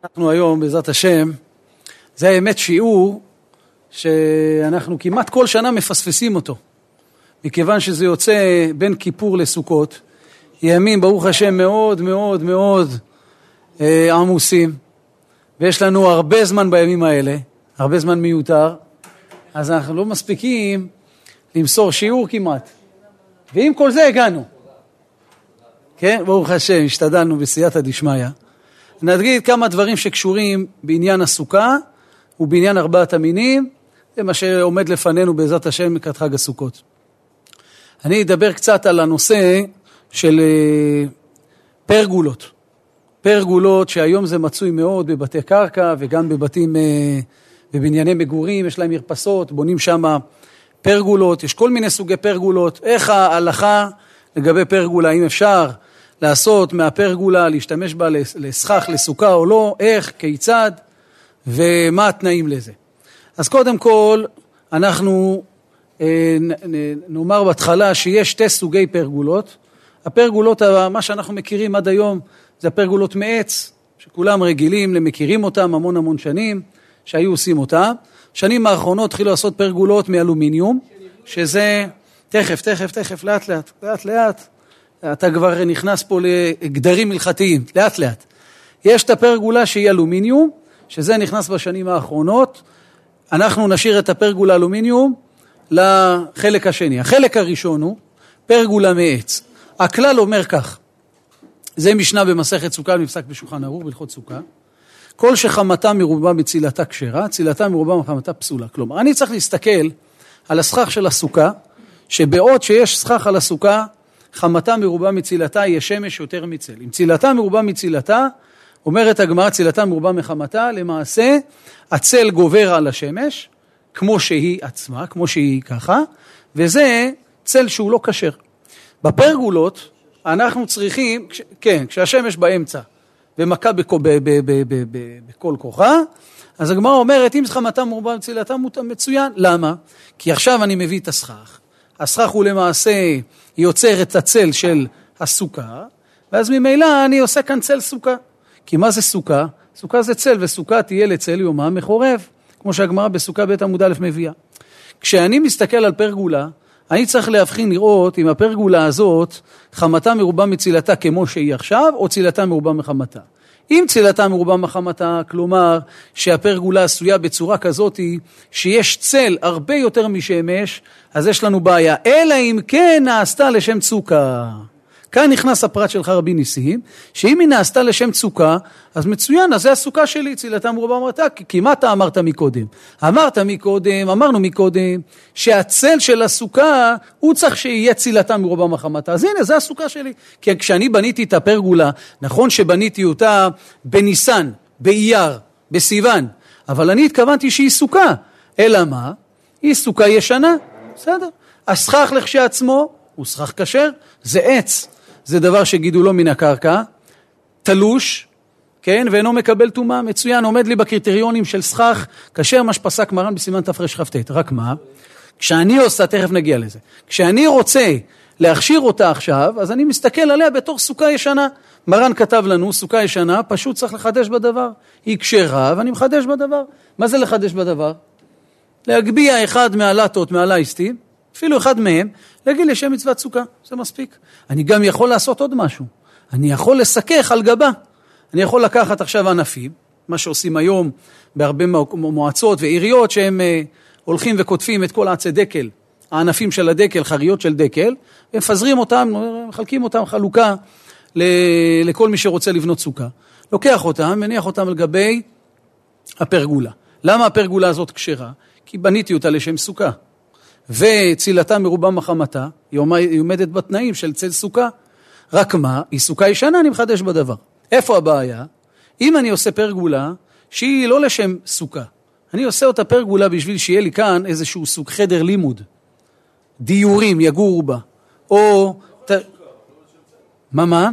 אנחנו היום בעזרת השם, זה האמת שיעור שאנחנו כמעט כל שנה מפספסים אותו, מכיוון שזה יוצא בין כיפור לסוכות, ימים ברוך השם מאוד מאוד מאוד עמוסים, ויש לנו הרבה זמן בימים האלה, הרבה זמן מיותר, אז אנחנו לא מספיקים למסור שיעור כמעט, ועם כל זה הגענו. כן, ברוך השם, השתדלנו בסייעתא דשמיא. נגיד כמה דברים שקשורים בעניין הסוכה ובעניין ארבעת המינים, זה מה שעומד לפנינו בעזרת השם לקראת חג הסוכות. אני אדבר קצת על הנושא של פרגולות. פרגולות שהיום זה מצוי מאוד בבתי קרקע וגם בבתים, בבנייני מגורים, יש להם מרפסות, בונים שם פרגולות, יש כל מיני סוגי פרגולות. איך ההלכה לגבי פרגולה, אם אפשר לעשות מהפרגולה, להשתמש בה לסכך, לסוכה או לא, איך, כיצד ומה התנאים לזה. אז קודם כל אנחנו נאמר בהתחלה שיש שתי סוגי פרגולות. הפרגולות, מה שאנחנו מכירים עד היום, זה הפרגולות מעץ, שכולם רגילים, מכירים אותם המון שנים, שהיו עושים אותם. שנים האחרונות התחילו לעשות פרגולות מאלומיניום, שזה תכף, לאט, אתה כבר נכנס פה לגדרים הלכתיים, לאט. יש את הפרגולה שהיא אלומיניום, שזה נכנס בשנים האחרונות, אנחנו נשאיר את הפרגולה אלומיניום לחלק השני. החלק הראשון הוא פרגולה מעץ. הכלל אומר כך, זה משנה במסכת סוכה, מפסק בשולחן ערוך, בהלכות סוכה, כל שחמתה מרובה מצילתה כשרה, צילתה מרובה מחמתה פסולה. כלומר, אני צריך להסתכל על הסכך של הסוכה, שבעוד שיש סכך על הסוכה, חמתה מרובה מצילתה יהיה שמש יותר מצל. אם צילתה מרובה מצילתה, אומרת הגמרא, צילתה מרובה מחמתה, למעשה הצל גובר על השמש, כמו שהיא עצמה, כמו שהיא ככה, וזה צל שהוא לא כשר. בפרגולות אנחנו צריכים, כן, כשהשמש באמצע, ומכה בכל כוחה, אז הגמרא אומרת, אם חמתה מרובה מצילתה מצוין. למה? כי עכשיו אני מביא את הסכך. הסכך הוא למעשה יוצר את הצל של הסוכה, ואז ממילא אני עושה כאן צל סוכה. כי מה זה סוכה? סוכה זה צל, וסוכה תהיה לצל יומה מחורב, כמו שהגמרא בסוכה בית עמוד א' מביאה. כשאני מסתכל על פרגולה, אני צריך להבחין לראות אם הפרגולה הזאת חמתה מרובה מצילתה כמו שהיא עכשיו, או צילתה מרובה מחמתה. אם צילתה מרובה מחמתה, כלומר שהפרגולה עשויה בצורה כזאת שיש צל הרבה יותר משמש, אז יש לנו בעיה. אלא אם כן נעשתה לשם צוקה. כאן נכנס הפרט שלך רבי ניסים, שאם היא נעשתה לשם צוקה, אז מצוין, אז זה הסוכה שלי, צילתה מרובה מחמתה, כי מה אתה אמרת מקודם? אמרנו מקודם, שהצל של הסוכה, הוא צריך שיהיה צילתה מרובה מחמתה. אז הנה, זה הסוכה שלי. כי כשאני בניתי את הפרגולה, נכון שבניתי אותה בניסן, באייר, בסיוון, אבל אני התכוונתי שהיא סוכה. אלא מה? היא סוכה ישנה. בסדר. הסכך לכשעצמו, הוא סכך כשר, זה עץ. זה דבר שגידולו מן הקרקע, תלוש, כן, ואינו מקבל טומאה, מצוין, עומד לי בקריטריונים של סכך, כשר מה שפסק מרן בסימן תרכ"ט. רק מה? כשאני עושה, תכף נגיע לזה, כשאני רוצה להכשיר אותה עכשיו, אז אני מסתכל עליה בתור סוכה ישנה. מרן כתב לנו, סוכה ישנה, פשוט צריך לחדש בדבר. היא כשרה, ואני מחדש בדבר. מה זה לחדש בדבר? להגביע אחד מהלטות, מהלייסטים, אפילו אחד מהם, להגיד לשם מצוות סוכה, זה מספיק. אני גם יכול לעשות עוד משהו. אני יכול לסכך על גבה. אני יכול לקחת עכשיו ענפים, מה שעושים היום בהרבה מועצות ועיריות, שהם הולכים וכותפים את כל עצי דקל, הענפים של הדקל, חריות של דקל, ומפזרים אותם, מחלקים אותם חלוקה לכל מי שרוצה לבנות סוכה. לוקח אותם, מניח אותם על גבי הפרגולה. למה הפרגולה הזאת כשרה? כי בניתי אותה לשם סוכה. וצילתה מרובה מחמתה, היא עומדת בתנאים של צל סוכה. רק מה? היא סוכה ישנה, אני מחדש בדבר. איפה הבעיה? אם אני עושה פרגולה שהיא לא לשם סוכה, אני עושה אותה פרגולה בשביל שיהיה לי כאן איזשהו סוג חדר לימוד, דיורים יגורו בה, או... מה?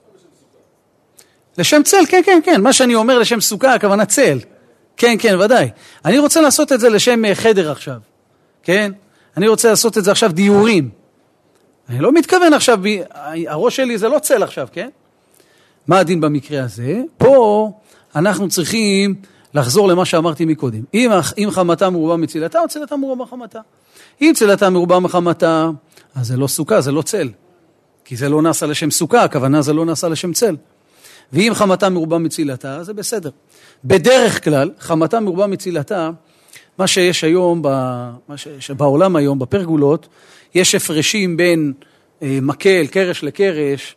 לשם צל, כן, מה שאני אומר לשם סוכה, הכוונה צל. כן, ודאי. אני רוצה לעשות את זה לשם חדר עכשיו, כן? אני רוצה לעשות את זה עכשיו דיורים. אני לא מתכוון עכשיו, הראש שלי זה לא צל עכשיו, כן? מה הדין במקרה הזה? פה אנחנו צריכים לחזור למה שאמרתי מקודם. אם חמתה מרובה מצילתה, או צילתה מרובה חמתה. אם צילתה מרובה מחמתה, אז זה לא סוכה, זה לא צל. כי זה לא נעשה לשם סוכה, הכוונה זה לא נעשה לשם צל. ואם חמתה מרובה מצילתה, זה בסדר. בדרך כלל, חמתה מרובה מצילתה, מה שיש היום, בעולם היום, בפרגולות, יש הפרשים בין מקל, קרש לקרש,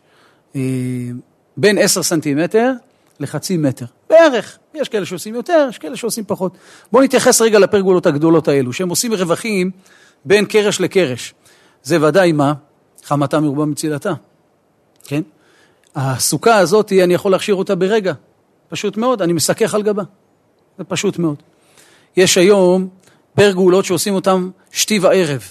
בין 10 סנטימטר לחצי מטר. בערך. יש כאלה שעושים יותר, יש כאלה שעושים פחות. בואו נתייחס רגע לפרגולות הגדולות האלו, שהם עושים רווחים בין קרש לקרש. זה ודאי מה? חמתה מרובה מצילתה. כן? הסוכה הזאת, אני יכול להכשיר אותה ברגע. פשוט מאוד, אני מסכך על גבה. זה פשוט מאוד. יש היום פרגולות שעושים אותם שתי וערב.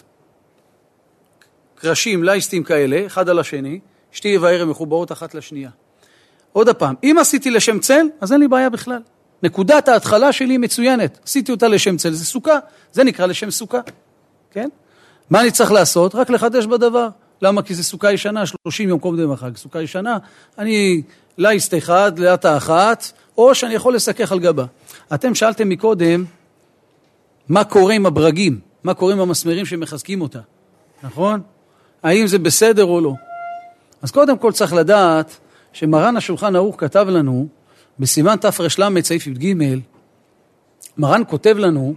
קרשים, לייסטים כאלה, אחד על השני, שתי וערב מחוברות אחת לשנייה. עוד הפעם, אם עשיתי לשם צל, אז אין לי בעיה בכלל. נקודת ההתחלה שלי מצוינת. עשיתי אותה לשם צל, זה סוכה. זה נקרא לשם סוכה. כן? מה אני צריך לעשות? רק לחדש בדבר. למה? כי זה סוכה ישנה, 30 יום קודם החג. סוכה ישנה, אני לייסט אחד, לאטה אחת, או שאני יכול לסכך על גבה. אתם שאלתם מקודם, מה קורה עם הברגים? מה קורה עם המסמרים שמחזקים אותה? נכון? האם זה בסדר או לא? אז קודם כל צריך לדעת שמרן השולחן ערוך כתב לנו, בסימן תר"ל סעיף י"ג, מרן כותב לנו,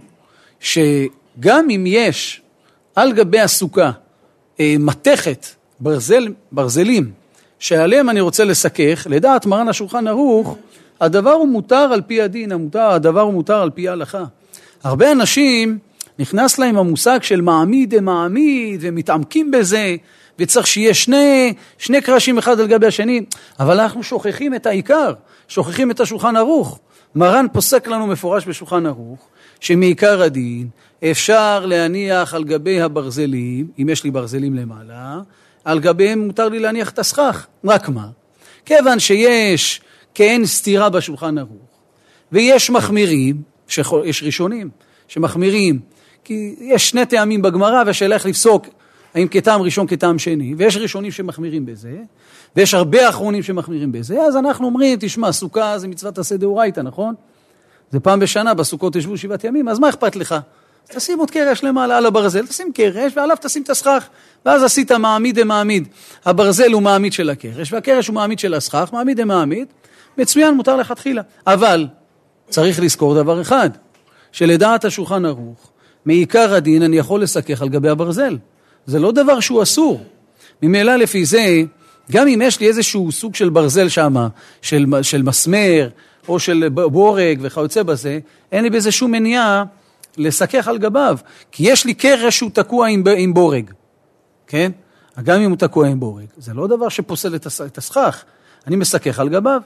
שגם אם יש על גבי הסוכה מתכת ברזלים, שעליהם אני רוצה לסכך, לדעת מרן השולחן ערוך, הדבר הוא מותר על פי הדין, הדבר הוא מותר על פי ההלכה. הרבה אנשים נכנס להם המושג של מעמיד ומתעמקים בזה, וצריך שיהיה שני קרשים אחד על גבי השני, אבל אנחנו שוכחים את העיקר, שוכחים את השולחן ערוך. מרן פוסק לנו מפורש בשולחן ערוך, שמעיקר הדין אפשר להניח על גבי הברזלים, אם יש לי ברזלים למעלה, על גביהם מותר לי להניח את הסכך. רק מה? כיוון שיש כאין סתירה בשולחן ערוך, ויש מחמירים, יש ראשונים שמחמירים, כי יש שני טעמים בגמרא, והשאלה איך לפסוק, האם כטעם ראשון כטעם שני, ויש ראשונים שמחמירים בזה, ויש הרבה אחרונים שמחמירים בזה, אז אנחנו אומרים, תשמע, סוכה זה מצוות עשה דאורייתא, נכון? זה פעם בשנה, בסוכות תשבו 7 ימים, אז מה אכפת לך? אז תשים עוד קרש למעלה על הברזל, תשים קרש, ועליו תשים את הסכך, ואז עשית מעמיד דמעמיד. הברזל הוא מעמיד של הקרש, והקרש הוא מעמיד של הסכך, מעמיד דמעמיד, מצוין, מותר לכתחילה. אבל צריך לזכור דבר אחד, שלדעת השולחן ערוך, מעיקר הדין אני יכול לסכך על גבי הברזל. זה לא דבר שהוא אסור. ממילא לפי זה, גם אם יש לי איזשהו סוג של ברזל שם, של מסמר, או של בורג וכיוצא בזה, אין לי בזה שום מניעה לסכך על גביו. כי יש לי קרש שהוא תקוע עם בורג. כן? גם אם הוא תקוע עם בורג. זה לא דבר שפוסל את הסכך. אני מסכך על גביו.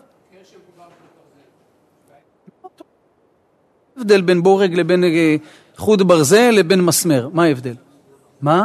הבדל בין בורג לבין חוט ברזל לבין מסמר. מה ההבדל? מה?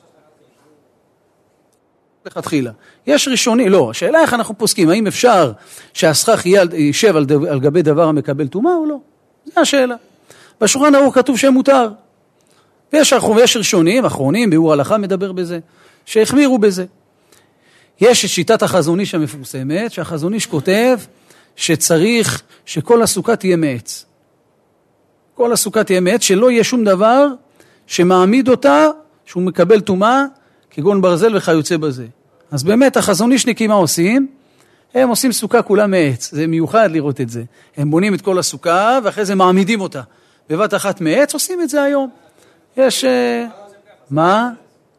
לכתחילה. יש ראשוני, לא, השאלה איך אנחנו פוסקים, האם אפשר שהסכך יישב על גבי דבר המקבל טומאה או לא? זו השאלה. בשולחן ערוך כתוב שמותר. ויש ראשונים, אחרונים, ביאור הלכה מדבר בזה, שהחמירו בזה. יש את שיטת החזון איש המפורסמת, שהחזון איש כותב שצריך שכל הסוכה תהיה מעץ. כל הסוכה תהיה מעץ, שלא יהיה שום דבר שמעמיד אותה, שהוא מקבל טומאה, כגון ברזל וכיוצא בזה. אז באמת החזון אישניקים מה עושים? הם עושים סוכה כולה מעץ. זה מיוחד לראות את זה. הם בונים את כל הסוכה ואחרי זה מעמידים אותה. בבת אחת מעץ עושים את זה היום. יש... מה?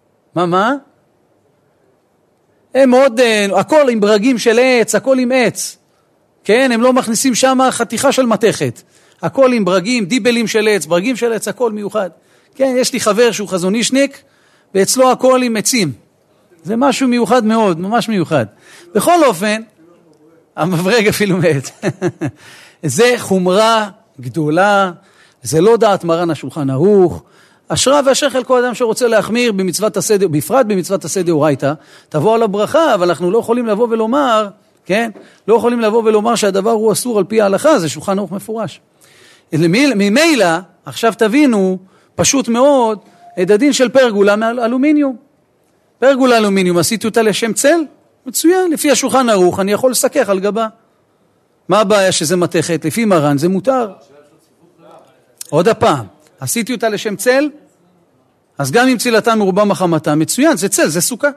הם עוד... הכל עם ברגים של עץ, הכל עם עץ. כן? הם לא מכניסים שם חתיכה של מתכת. הכל עם ברגים, דיבלים של עץ, ברגים של עץ, הכל מיוחד. כן? יש לי חבר שהוא חזון אישניק, ואצלו הכל עם עצים. זה משהו מיוחד מאוד, ממש מיוחד. בכל אופן, המברג אפילו מעץ. זה חומרה גדולה, זה לא דעת מרן השולחן ערוך. אשרה והשכל כל אדם שרוצה להחמיר במצוות הסדר, בפרט במצוות הסדר דאורייתא, תבוא על הברכה, אבל אנחנו לא יכולים לבוא ולומר, כן? לא יכולים לבוא ולומר שהדבר הוא אסור על פי ההלכה, זה שולחן ערוך מפורש. ממילא, עכשיו תבינו, פשוט מאוד, את הדין של פרגולה מאלומיניום. פרגולה אלומיניום, עשיתי אותה לשם צל? מצוין, לפי השולחן ערוך אני יכול לסכך על גבה. מה הבעיה שזה מתכת? לפי מרן זה מותר. עוד הפעם, עשיתי אותה לשם צל, אז גם אם צילתה מרובה מחמתה, מצוין, זה צל, זה סוכה.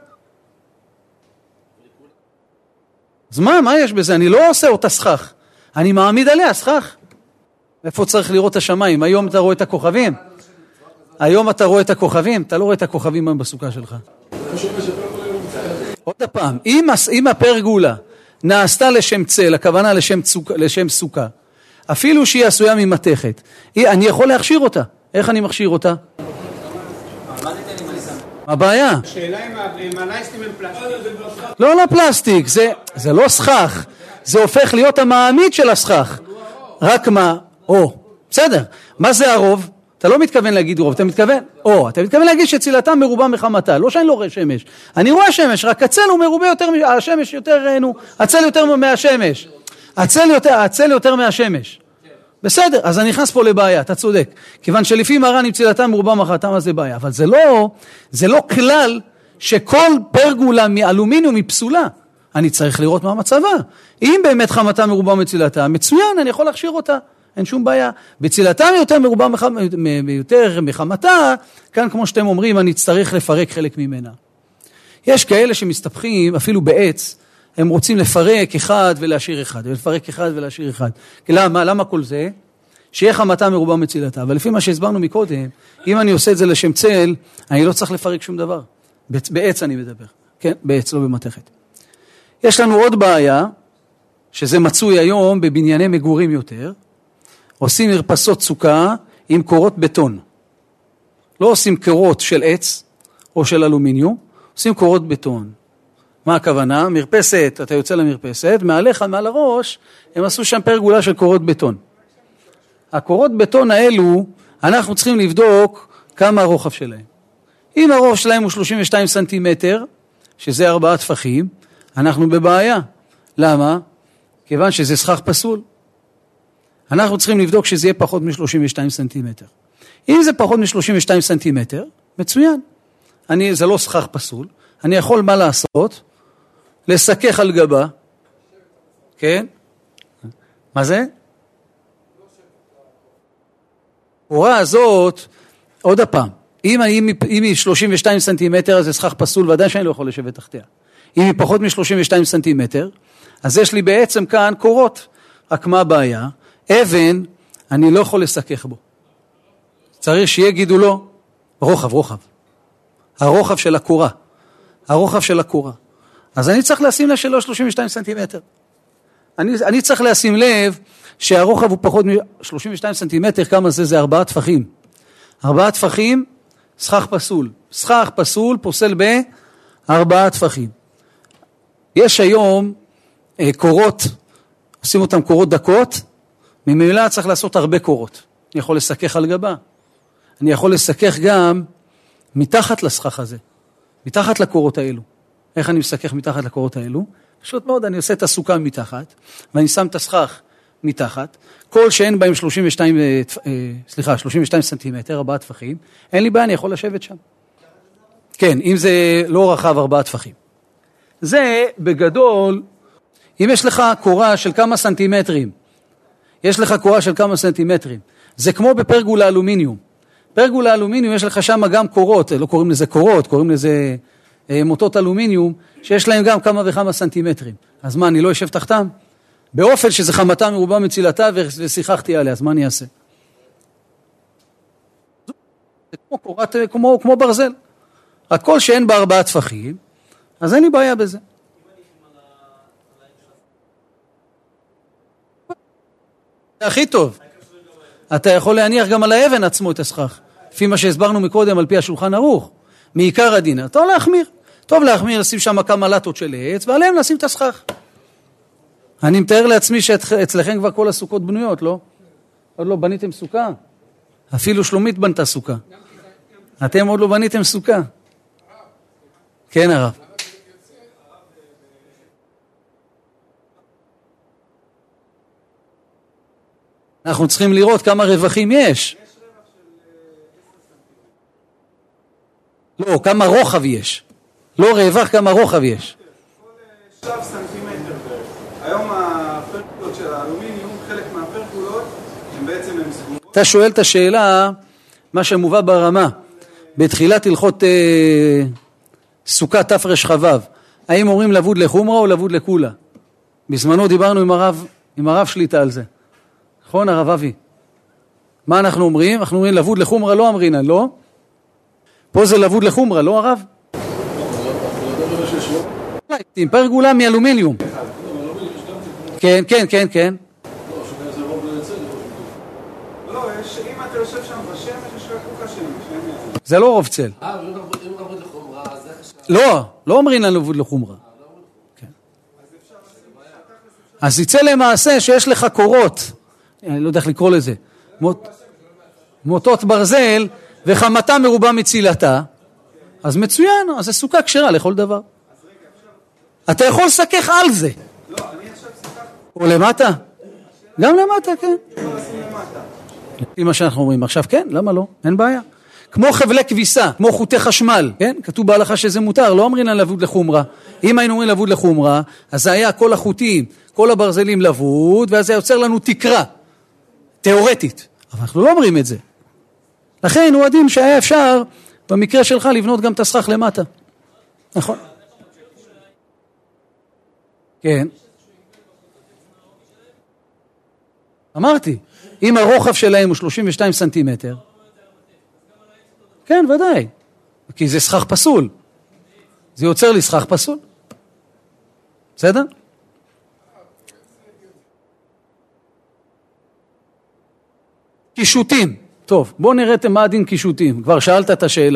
אז מה יש בזה? אני לא עושה אותה סכך, אני מעמיד עליה סכך. איפה צריך לראות את השמיים? היום אתה רואה את הכוכבים? היום אתה רואה את הכוכבים? אתה לא רואה את הכוכבים בסוכה שלך. עוד הפעם, אם הפרגולה נעשתה לשם צל, הכוונה לשם סוכה, אפילו שהיא עשויה ממתכת, אני יכול להכשיר אותה. איך אני מכשיר אותה? מה הבעיה? השאלה אם הנייסטים הם פלסטיק. לא פלסטיק, זה לא סכך, זה הופך להיות המעמיד של הסכך. רק מה? בסדר. מה זה הרוב? אתה לא מתכוון להגיד רוב, אתה מתכוון? אתה מתכוון להגיד שצילתה מרובה מחמתה, לא שאני לא רואה שמש. אני רואה שמש, רק הצל הוא מרובה יותר, השמש יותר, הצל יותר מהשמש. הצל יותר מהשמש. בסדר, אז אני נכנס פה לבעיה, אתה צודק. כיוון שלפי מרן אם צילתה מרובה מחמתה, מה זה בעיה? אבל זה לא כלל שכל פרגולה מאלומיניום היא פסולה. אני צריך לראות מה מצבה. אם באמת חמתה מרובה מצילתה, מצוין, אני יכול להכשיר אותה. אין שום בעיה. בצילתה יותר מרובה יותר מחמתה, כאן כמו שאתם אומרים, אני אצטרך לפרק חלק ממנה. יש כאלה שמסתבכים, אפילו בעץ, הם רוצים לפרק אחד ולהשאיר אחד, ולפרק אחד ולהשאיר אחד. למה כל זה? שיהיה חמתה מרובה מצילתה. אבל לפי מה שהסברנו מקודם, אם אני עושה את זה לשם צל, אני לא צריך לפרק שום דבר. בעץ אני מדבר. כן, בעץ, לא במתכת. יש לנו עוד בעיה, שזה מצוי היום בבנייני מגורים יותר, עושים מרפסות סוכה עם קורות בטון. לא עושים קורות של עץ או של אלומיניום, עושים קורות בטון. מה הכוונה? מרפסת, אתה יוצא למרפסת, מעליך, מעל הראש, הם עשו שם פרגולה של קורות בטון. הקורות בטון האלו, אנחנו צריכים לבדוק כמה הרוחב שלהם. אם הרוחב שלהם הוא 32 סנטימטר, שזה 4 טפחים, אנחנו בבעיה. למה? כיוון שזה סכך פסול. אנחנו צריכים לבדוק שזה יהיה פחות מ-32 סנטימטר. אם זה פחות מ-32 סנטימטר, מצוין. זה לא סכך פסול. אני יכול מה לעשות? לסכך על גבה. כן? מה זה? ההוראה הזאת, עוד הפעם, אם היא 32 סנטימטר, אז זה סכך פסול, ודאי שאני לא יכול לשבת תחתיה. אם היא פחות מ-32 סנטימטר, אז יש לי בעצם כאן קורות. רק מה הבעיה? אבן, אני לא יכול לסכך בו. צריך שיהיה גידולו רוחב. הרוחב של הקורה. הרוחב של הקורה. אז אני צריך לשים לב שלא 32 סנטימטר. אני צריך לשים לב שהרוחב הוא פחות מ-32 סנטימטר, כמה זה 4 טפחים. 4 טפחים, סכך פסול. סכך פסול פוסל ב4 טפחים. יש היום קורות, עושים אותם קורות דקות, ממילא צריך לעשות הרבה קורות. אני יכול לסכך על גבה. אני יכול לסכך גם מתחת לסכך הזה. מתחת לקורות האלו. איך אני מסכך מתחת לקורות האלו? פשוט מאוד, אני עושה את הסוכה מתחת, ואני שם את הסכך מתחת, כל שאין בהם 32 סנטימטר, 4 טפחים, אין לי בעיה, אני יכול לשבת שם. כן, אם זה לא רחב 4 טפחים. זה בגדול, אם יש לך קורה של כמה סנטימטרים, זה כמו בפרגולה אלומיניום. פרגולה אלומיניום יש לך שם גם קורות, לא קוראים לזה קורות, קוראים לזה מוטות אלומיניום, שיש להם גם כמה וכמה סנטימטרים. אז מה, אני לא יושב תחתם? באופן שזה חמתה מרובה מצילתה ושיחכתי עליה, אז מה אני אעשה? זה כמו קורת, כמו ברזל. הכל שאין בה 4 טפחים, אז אין לי בעיה בזה. זה הכי טוב. אתה יכול להניח גם על האבן עצמו את הסכך. לפי מה שהסברנו מקודם על פי השולחן ערוך. מעיקר הדין. טוב להחמיר. טוב להחמיר, לשים שם כמה לטות של עץ, ועליהם לשים את הסכך. אני מתאר לעצמי שאצלכם כבר כל הסוכות בנויות, לא? עוד לא בניתם סוכה? אפילו שלומית בנתה סוכה. אתם עוד לא בניתם סוכה? כן, הרב. אנחנו צריכים לראות כמה רווחים יש. לא, כמה רוחב יש. לא רווח, כמה רוחב יש. כל שלב סנטימטר. היום הפרקות של בעצם הם סגורות. אתה שואל את השאלה, מה שמובא ברמה, בתחילת הלכות סוכה תפרש חבב, האם אומרים לבוד לחומרה או לבוד לכולה? בזמנו דיברנו עם הרב שליטה על זה. נכון, הרב אבי? מה אנחנו אומרים? אנחנו אומרים לבוד לחומרה לא אמרינן, לא? פה זה לבוד לחומרה, לא הרב? עם פרגולה מאלומיניום. כן, כן, כן, כן. לא, אם אתה יושב שם בשמש, יש לך חוקה שמש. זה לא רוב צל. אם לבוד לחומרה, אז איך לא אומרינן לבוד לחומרה. אז יצא למעשה שיש לך קורות, אני לא יודע איך לקרוא לזה, מוטות ברזל וחמתה מרובה מצילתה, אז מצוין, אז זה סוכה כשרה לכל דבר. אתה יכול לסכך על זה. לא, אני עכשיו שיחק. או למטה? גם למטה, כן. לפי מה שאנחנו אומרים עכשיו, כן, למה לא? אין בעיה. כמו חבלי כביסה, כמו חוטי חשמל, כן? כתוב בהלכה שזה מותר, לא אומרים לבוד לחומרה. אם היינו אומרים לבוד לחומרה, אז זה היה כל החוטים, כל הברזלים לבוד, ואז זה יוצר לנו תקרה, תיאורטית. אבל אנחנו לא אומרים את זה. לכן הוא עדים שהיה אפשר, במקרה שלך, לבנות גם את הסכך למטה. נכון? כן. אמרתי, אם הרוחב שלהם הוא 32 סנטימטר, כן, ודאי. כי זה סכך פסול. זה יוצר לי סכך פסול. בסדר? קישוטים. טוב, בואו נראה מה הדין קישוטים. כבר שאלת את השאלה.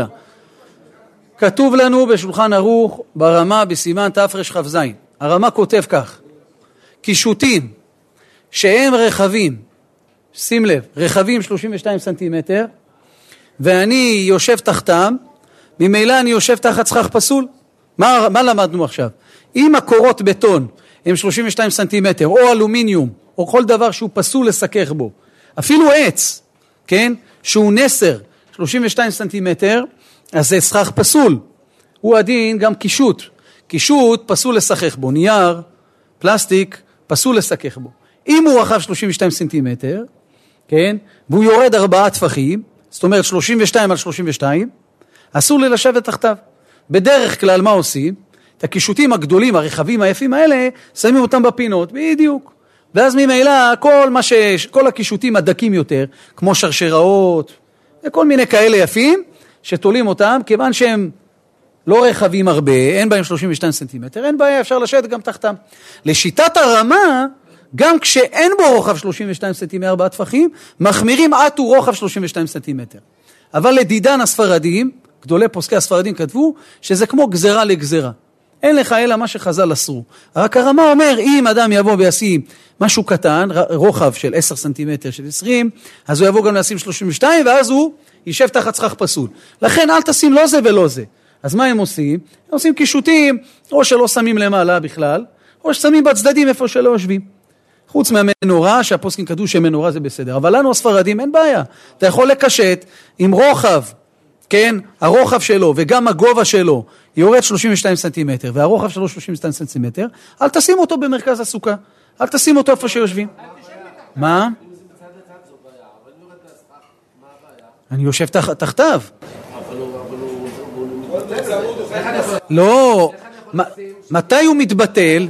כתוב לנו בשולחן ערוך, ברמה, בסימן תפרש כ"ז. הרמה כותב כך. קישוטים שהם רחבים, שים לב, רחבים 32 סנטימטר, ואני יושב תחתם, ממילא אני יושב תחת סכך פסול. מה למדנו עכשיו? אם הקורות בטון הם 32 סנטימטר, או אלומיניום, או כל דבר שהוא פסול לסכך בו, אפילו עץ, כן? שהוא נסר 32 סנטימטר, אז זה סכך פסול. הוא הדין גם קישוט. קישוט פסול לסכך בו, נייר, פלסטיק, פסול לסכך בו. אם הוא רחב 32 סנטימטר, כן? והוא יורד 4 טפחים, זאת אומרת 32 על 32, אסור לי לשבת תחתיו. בדרך כלל מה עושים? את הקישוטים הגדולים, הרחבים, היפים האלה, שמים אותם בפינות, בדיוק. ואז ממילא כל הקישוטים הדקים יותר, כמו שרשראות, וכל מיני כאלה יפים, שתולים אותם, כיוון שהם לא רחבים הרבה, אין בהם 32 סנטימטר, אין בעיה, אפשר לשבת גם תחתם. לשיטת הרמה, גם כשאין בו רוחב 32 סנטימטר 4 טפחים, מחמירים עד הוא רוחב 32 סנטימטר. אבל לדידן הספרדים, גדולי פוסקי הספרדים כתבו, שזה כמו גזרה לגזרה. אין לך אלא מה שחז"ל אסרו. רק הרמה אומר, אם אדם יבוא וישים משהו קטן, רוחב של 10 סנטימטר, של 20, אז הוא יבוא גם לשים 32, ואז הוא יישב תחת סכך פסול. לכן אל תשים לא זה ולא זה. אז מה הם עושים? הם עושים קישוטים, או שלא שמים למעלה בכלל, או ששמים בצדדים איפה שלא יושבים. חוץ מהמנורה, שהפוסקים כתבו שמנורה זה בסדר. אבל לנו הספרדים אין בעיה. אתה יכול לקשט עם רוחב, כן? הרוחב שלו וגם הגובה שלו יורד 32 סנטימטר, והרוחב שלו 32 סנטימטר, אל תשים אותו במרכז הסוכה. אל תשים אותו איפה שיושבים. מה? אני יושב תחתיו. לא. מתי הוא מתבטל?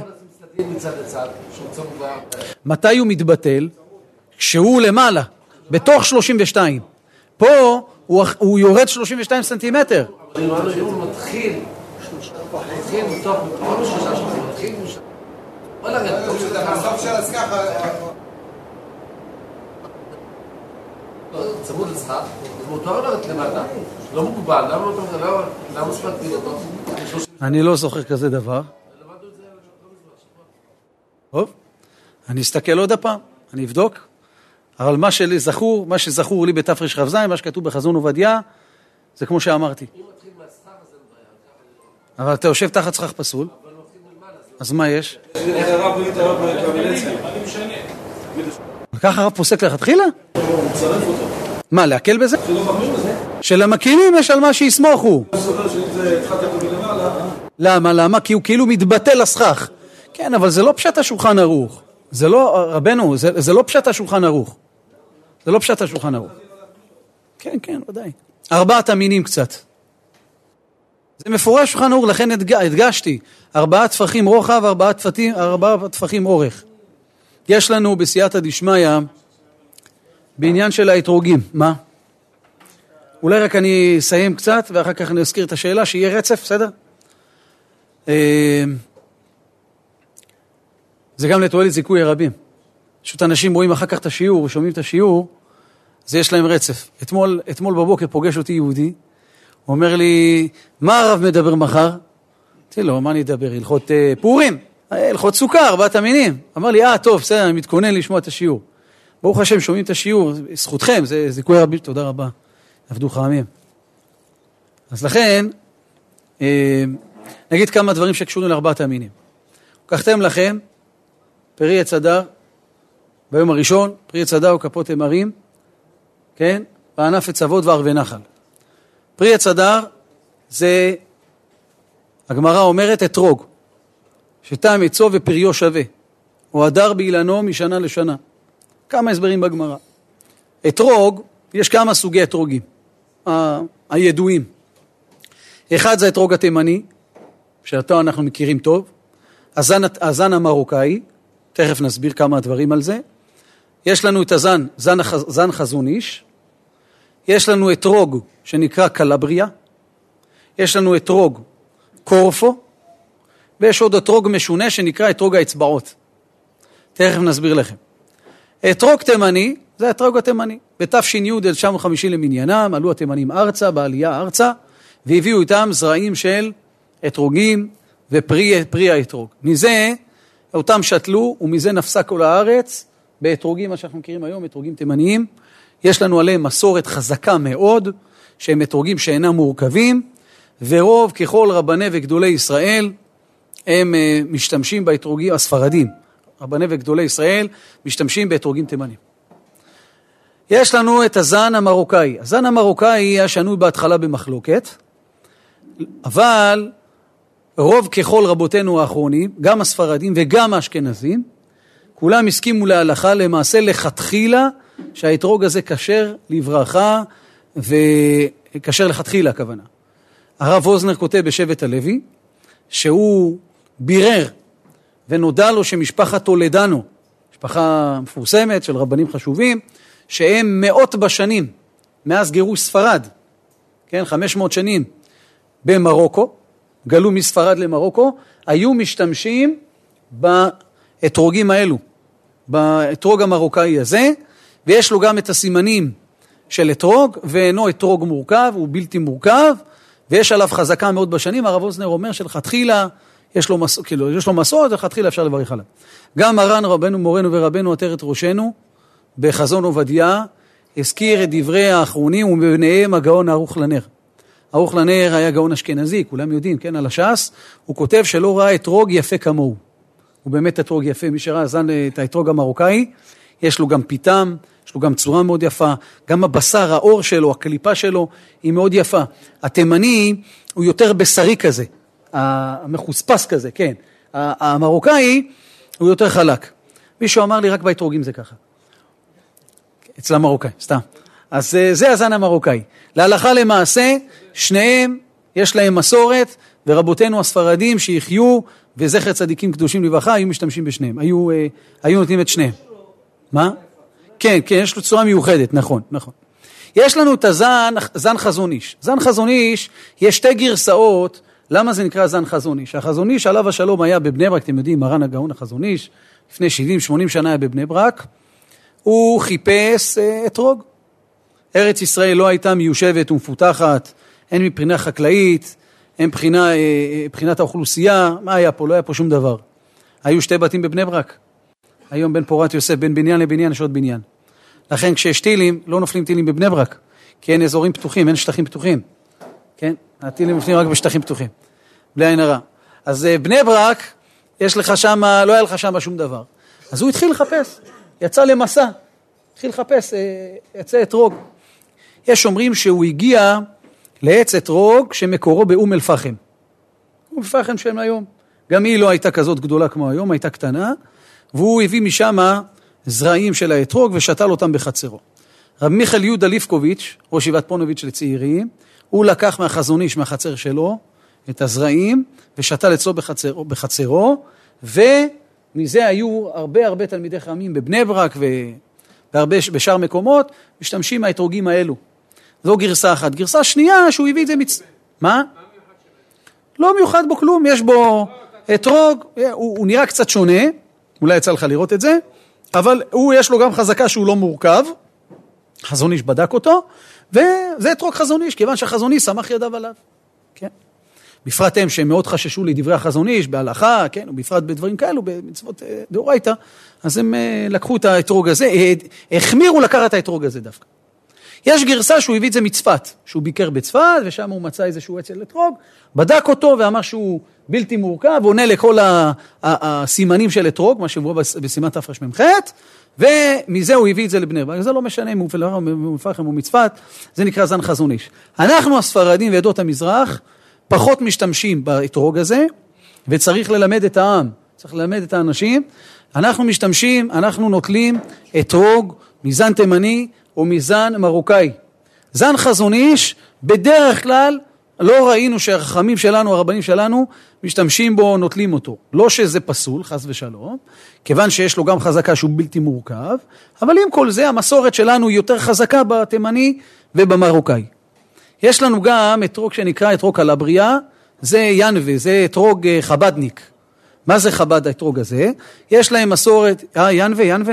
מתי הוא מתבטל? כשהוא למעלה, בתוך 32. פה הוא יורד 32 סנטימטר. אבל הוא מתחיל מתוך עוד 3 שנים, מתחיל משם. בוא נראה, בסוף של הסכך. צמוד לסכך, אז מותר לרדת למטה. לא מוגבל, למה ספקתי אותו? אני לא זוכר כזה דבר. טוב, אני אסתכל עוד הפעם, אני אבדוק, אבל מה שזכור לי בתפרש כ"ז, מה שכתוב בחזון עובדיה, זה כמו שאמרתי. אבל אתה יושב תחת סכך פסול, אז מה יש? ככה הרב פוסק לכתחילה? מה, להקל בזה? שלמקילים יש על מה שיסמוכו. למה? כי הוא כאילו מתבטל לסכך. כן, אבל זה לא פשט השולחן ערוך. זה לא, רבנו, זה לא פשט השולחן ערוך. זה לא פשט השולחן ערוך. כן, כן, ודאי. 4 המינים קצת. זה מפורש שולחן ערוך, לכן הדגשתי. 4 טפחים רוחב, 4 טפחים אורך. יש לנו בסייעתא דשמיא, בעניין של האתרוגים. מה? אולי רק אני אסיים קצת, ואחר כך אני אזכיר את השאלה, שיהיה רצף, בסדר? זה גם לתועלת זיכוי הרבים. פשוט אנשים רואים אחר כך את השיעור, ושומעים את השיעור, אז יש להם רצף. אתמול בבוקר פוגש אותי יהודי, הוא אומר לי, מה הרב מדבר מחר? אמרתי לו, מה אני אדבר? הלכות פורים, הלכות סוכה, 4 המינים. אמר לי, טוב, בסדר, אני מתכונן לשמוע את השיעור. ברוך השם, שומעים את השיעור, זכותכם, זה זיכוי הרבים, תודה רבה. עבדו חכמים. אז לכן, נגיד כמה דברים שקשורים ל4 המינים. לקחתם לכם, פרי עץ הדר, ביום הראשון, פרי עץ הדר וכפות תמרים, כן? וענף עץ אבות וערבי נחל. פרי עץ הדר זה, הגמרא אומרת, אתרוג, שטעם עצו ופריו שווה, או הדר באילנו משנה לשנה. כמה הסברים בגמרא. אתרוג, יש כמה סוגי אתרוגים, הידועים. אחד זה אתרוג התימני, שאותו אנחנו מכירים טוב, הזן המרוקאי, תכף נסביר כמה דברים על זה. יש לנו את זן חזון איש, יש לנו אתרוג שנקרא קלבריה, יש לנו אתרוג קורפו, ויש עוד אתרוג משונה שנקרא אתרוג האצבעות. תכף נסביר לכם. אתרוג תימני, זה האתרוג התימני. בתש"י 1950 למניינם, עלו התימנים ארצה, בעלייה ארצה, והביאו איתם זרעים של אתרוגים ופרי האתרוג. מזה אותם שתלו, ומזה נפסה כל הארץ, באתרוגים, מה שאנחנו מכירים היום, אתרוגים תימניים. יש לנו עליהם מסורת חזקה מאוד, שהם אתרוגים שאינם מורכבים, ורוב ככל רבני וגדולי ישראל, הם משתמשים באתרוגים, הספרדים, רבני וגדולי ישראל, משתמשים באתרוגים תימניים. יש לנו את הזן המרוקאי. הזן המרוקאי היה שנוי בהתחלה במחלוקת, אבל רוב ככל רבותינו האחרונים, גם הספרדים וגם האשכנזים, כולם הסכימו להלכה למעשה לכתחילה, שהאתרוג הזה כשר לברכה, וכשר לכתחילה הכוונה. הרב אוזנר כותב בשבט הלוי, שהוא בירר, ונודע לו שמשפחת טולדנו, משפחה מפורסמת של רבנים חשובים, שהם 100 בשנים, מאז גירוש ספרד, כן, 500 שנים, במרוקו, גלו מספרד למרוקו, היו משתמשים באתרוגים האלו, באתרוג המרוקאי הזה, ויש לו גם את הסימנים של אתרוג, ואינו אתרוג מורכב, הוא בלתי מורכב, ויש עליו חזקה מאוד בשנים. הרב אוזנר אומר שלכתחילה יש לו מסורת, ולכתחילה אפשר לברך עליו. גם מרן רבנו מורנו ורבנו עטרת ראשנו, בחזון עובדיה, הזכיר את דברי האחרונים, וביניהם הגאון ערוך לנר. ערוך לנר היה גאון אשכנזי, כולם יודעים, כן, על הש"ס, הוא כותב שלא ראה אתרוג יפה כמוהו. הוא באמת אתרוג יפה, מי שראה זן את האתרוג המרוקאי, יש לו גם פיתם, יש לו גם צורה מאוד יפה, גם הבשר, האור שלו, הקליפה שלו, היא מאוד יפה. התימני הוא יותר בשרי כזה, המחוספס כזה, כן. המרוקאי הוא יותר חלק. מישהו אמר לי, רק באתרוגים זה ככה. אצל המרוקאי, סתם. אז זה הזן המרוקאי. להלכה למעשה, שניהם יש להם מסורת, ורבותינו הספרדים שיחיו, וזכר צדיקים קדושים לברכה, היו משתמשים בשניהם. היו נותנים את שניהם. מה? כן, כן, יש לו צורה מיוחדת, נכון, נכון. יש לנו את זן חזון איש. זן חזון איש, יש 2 גרסאות, למה זה נקרא זן חזון איש? החזון איש, עליו השלום, היה בבני ברק, אתם יודעים, מרן הגאון החזון איש, לפני 70-80 שנה היה בבני ברק, הוא חיפש אתרוג. ארץ ישראל לא הייתה מיושבת ומפותחת, אין מבחינה חקלאית, אין מבחינת האוכלוסייה, מה היה פה? לא היה פה שום דבר. היו 2 בתים בבני ברק. היום בין פורת יוסף, בין בניין לבניין יש עוד בניין. לכן כשיש טילים, לא נופלים טילים בבני ברק, כי אין אזורים פתוחים, אין שטחים פתוחים. כן? הטילים נופלים רק בשטחים פתוחים, בלי עין הרע. אז בני ברק, יש לך שם, לא היה לך שם שום דבר. אז הוא התחיל לחפש, יצא למסע, התחיל לחפש, יצא אתרוג. יש אומרים שהוא הגיע לעץ אתרוג שמקורו באום אל פחם. אום אל פחם שם היום. גם היא לא הייתה כזאת גדולה כמו היום, הייתה קטנה, והוא הביא משם זרעים של האתרוג ושתל אותם בחצרו. רב מיכאל יהודה ליפקוביץ', ראש ישיבת פונוביץ' לצעירים, הוא לקח מהחזון איש, מהחצר שלו, את הזרעים, ושתל אצלו בחצרו, ומזה היו הרבה תלמידי חכמים בבני ברק, ובשאר מקומות, משתמשים מהאתרוגים האלו. זו גרסה אחת. גרסה שנייה, שהוא הביא את זה מה? לא מיוחד בו כלום, יש בו אתרוג, הוא נראה קצת שונה, אולי יצא לך לראות את זה, אבל יש לו גם חזקה שהוא לא מורכב, חזון איש בדק אותו, וזה אתרוג חזון איש, כיוון שהחזון איש שמח ידיו עליו. כן? בפרט הם שהם מאוד חששו לדברי החזון איש, בהלכה, כן? ובפרט בדברים כאלו, במצוות דאורייתא, אז הם לקחו את האתרוג הזה, החמירו לקחת את האתרוג הזה דווקא. יש גרסה שהוא הביא את זה מצפת, שהוא ביקר בצפת, ושם הוא מצא איזשהו אצל אתרוג, בדק אותו ואמר שהוא בלתי מורכב, ועונה לכל הסימנים של אתרוג, מה שבוע בסימן תרמ"ח, ומזה הוא הביא את זה לבני ברק. זה לא משנה אם הוא מפחם או מצפת, זה נקרא זן חזון איש. אנחנו הספרדים ועדות המזרח, פחות משתמשים באתרוג הזה, וצריך ללמד את העם, צריך ללמד את האנשים, אנחנו נוטלים אתרוג מזן תימני, או מזן מרוקאי. זן חזון איש, בדרך כלל, לא ראינו שהחכמים שלנו, הרבנים שלנו, משתמשים בו, נוטלים אותו. לא שזה פסול, חס ושלום, כיוון שיש לו גם חזקה שהוא בלתי מורכב, אבל עם כל זה, המסורת שלנו היא יותר חזקה בתימני ובמרוקאי. יש לנו גם אתרוג שנקרא אתרוג קלבריה, זה ינווה, זה אתרוג חבדניק. מה זה חבד האתרוג הזה? יש להם מסורת, ינווה?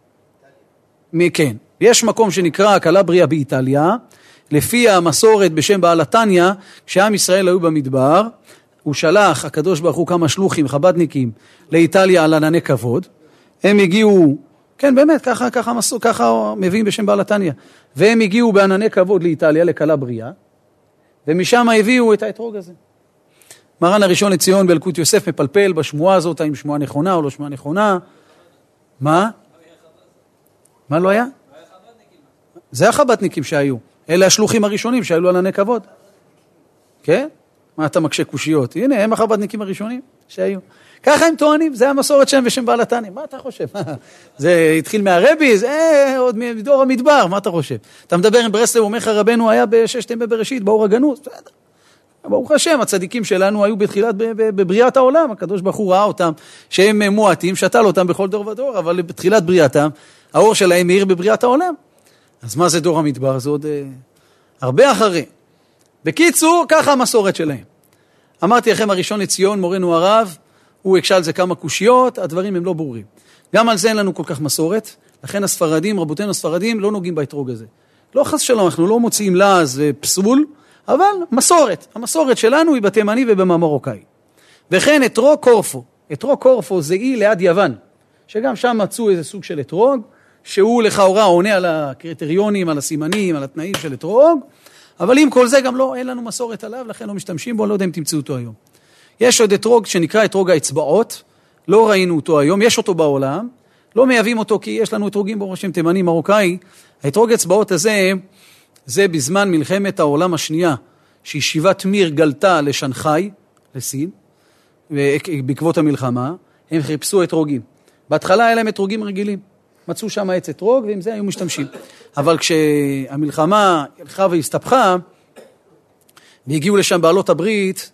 כן. יש מקום שנקרא קלבריה באיטליה, לפי המסורת בשם בעל התניא, כשעם ישראל היו במדבר, הוא שלח, הקדוש ברוך הוא כמה שלוחים, חבדניקים, לאיטליה על ענני כבוד, הם הגיעו, כן באמת, ככה מביאים בשם בעל התניא, והם הגיעו בענני כבוד לאיטליה, לקלבריה, ומשם הביאו את האתרוג הזה. מרן הראשון לציון באלקוט יוסף מפלפל בשמועה הזאת, האם שמועה נכונה או לא שמועה נכונה. מה? מה לא היה? זה החבדניקים שהיו. אלה השלוחים הראשונים שהיו על ענני כבוד. כן? מה אתה מקשה קושיות? הנה, הם החבדניקים הראשונים שהיו. ככה הם טוענים, זה המסורת שם ושם בעל התניא. מה אתה חושב? זה התחיל מהרבי, זה עוד מדור המדבר, מה אתה חושב? אתה מדבר עם ברסלב, אומר לך רבנו היה בששת ימי בראשית, באור הגנוז. ברוך השם, הצדיקים שלנו היו בתחילת בבריאת העולם, הקדוש ברוך הוא ראה אותם שהם מועטים, שתל אותם בכל דור ודור, אבל בתחילת בריאתם, האור שלהם מאיר בבריאת העולם. אז מה זה דור המדבר? זה עוד הרבה אחרי. בקיצור, ככה המסורת שלהם. אמרתי לכם, הראשון לציון, מורנו הרב, הוא הקשה על זה כמה קושיות, הדברים הם לא ברורים. גם על זה אין לנו כל כך מסורת, לכן הספרדים, רבותינו הספרדים, לא נוגעים באתרוג הזה. לא חס שלום, אנחנו לא מוציאים לעז ופסול, אבל מסורת. המסורת שלנו היא בתימני ובמרוקאי. וכן אתרוג קורפו. אתרוג קורפו זה אי ליד יוון, שגם שם מצאו איזה סוג של אתרוג, שהוא לכאורה עונה על הקריטריונים, על הסימנים, על התנאים של אתרוג, אבל עם כל זה גם לא, אין לנו מסורת עליו, לכן לא משתמשים בו, לא יודע אם תמצאו אותו היום. יש עוד אתרוג שנקרא אתרוג האצבעות, לא ראינו אותו היום, יש אותו בעולם, לא מייבאים אותו כי יש לנו אתרוגים ברוך השם תימני מרוקאי. האתרוג האצבעות הזה, זה בזמן מלחמת העולם השנייה, שישיבת מיר גלתה לשנחאי, לסין, בעקבות המלחמה, הם חיפשו אתרוגים. בהתחלה היה להם אתרוגים רגילים, מצאו שם עץ אתרוג ועם זה היו משתמשים. אבל כשהמלחמה הלכה והסתבכה, והגיעו לשם בעלות הברית,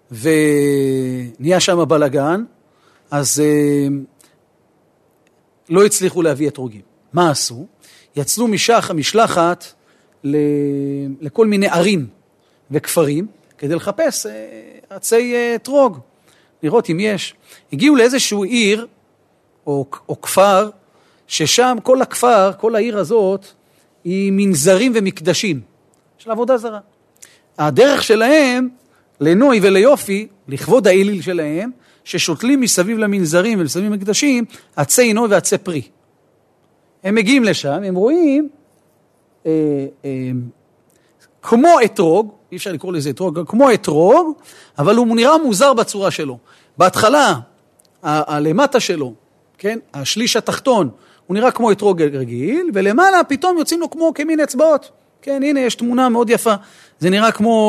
ונהיה שם בלגן, אז לא הצליחו להביא אתרוגים. מה עשו? יצאו משלחת לכל מיני ערים וכפרים, כדי לחפש עצי אתרוג, לראות אם יש. הגיעו לאיזשהו עיר, או כפר, ששם כל הכפר, כל העיר הזאת, היא מנזרים ומקדשים, של עבודה זרה. הדרך שלהם, לנוי וליופי, לכבוד האליל שלהם, ששותלים מסביב למנזרים ולסביב למקדשים, עצי נוי ועצי פרי. הם מגיעים לשם, הם רואים, כמו אתרוג, אי אפשר לקרוא לזה אתרוג, כמו אתרוג, אבל הוא נראה מוזר בצורה שלו. בהתחלה, הלמטה שלו, כן, השליש התחתון, הוא נראה כמו אתרוג רגיל, ולמעלה פתאום יוצאים לו כמו כמין אצבעות. כן, הנה, יש תמונה מאוד יפה. זה נראה כמו,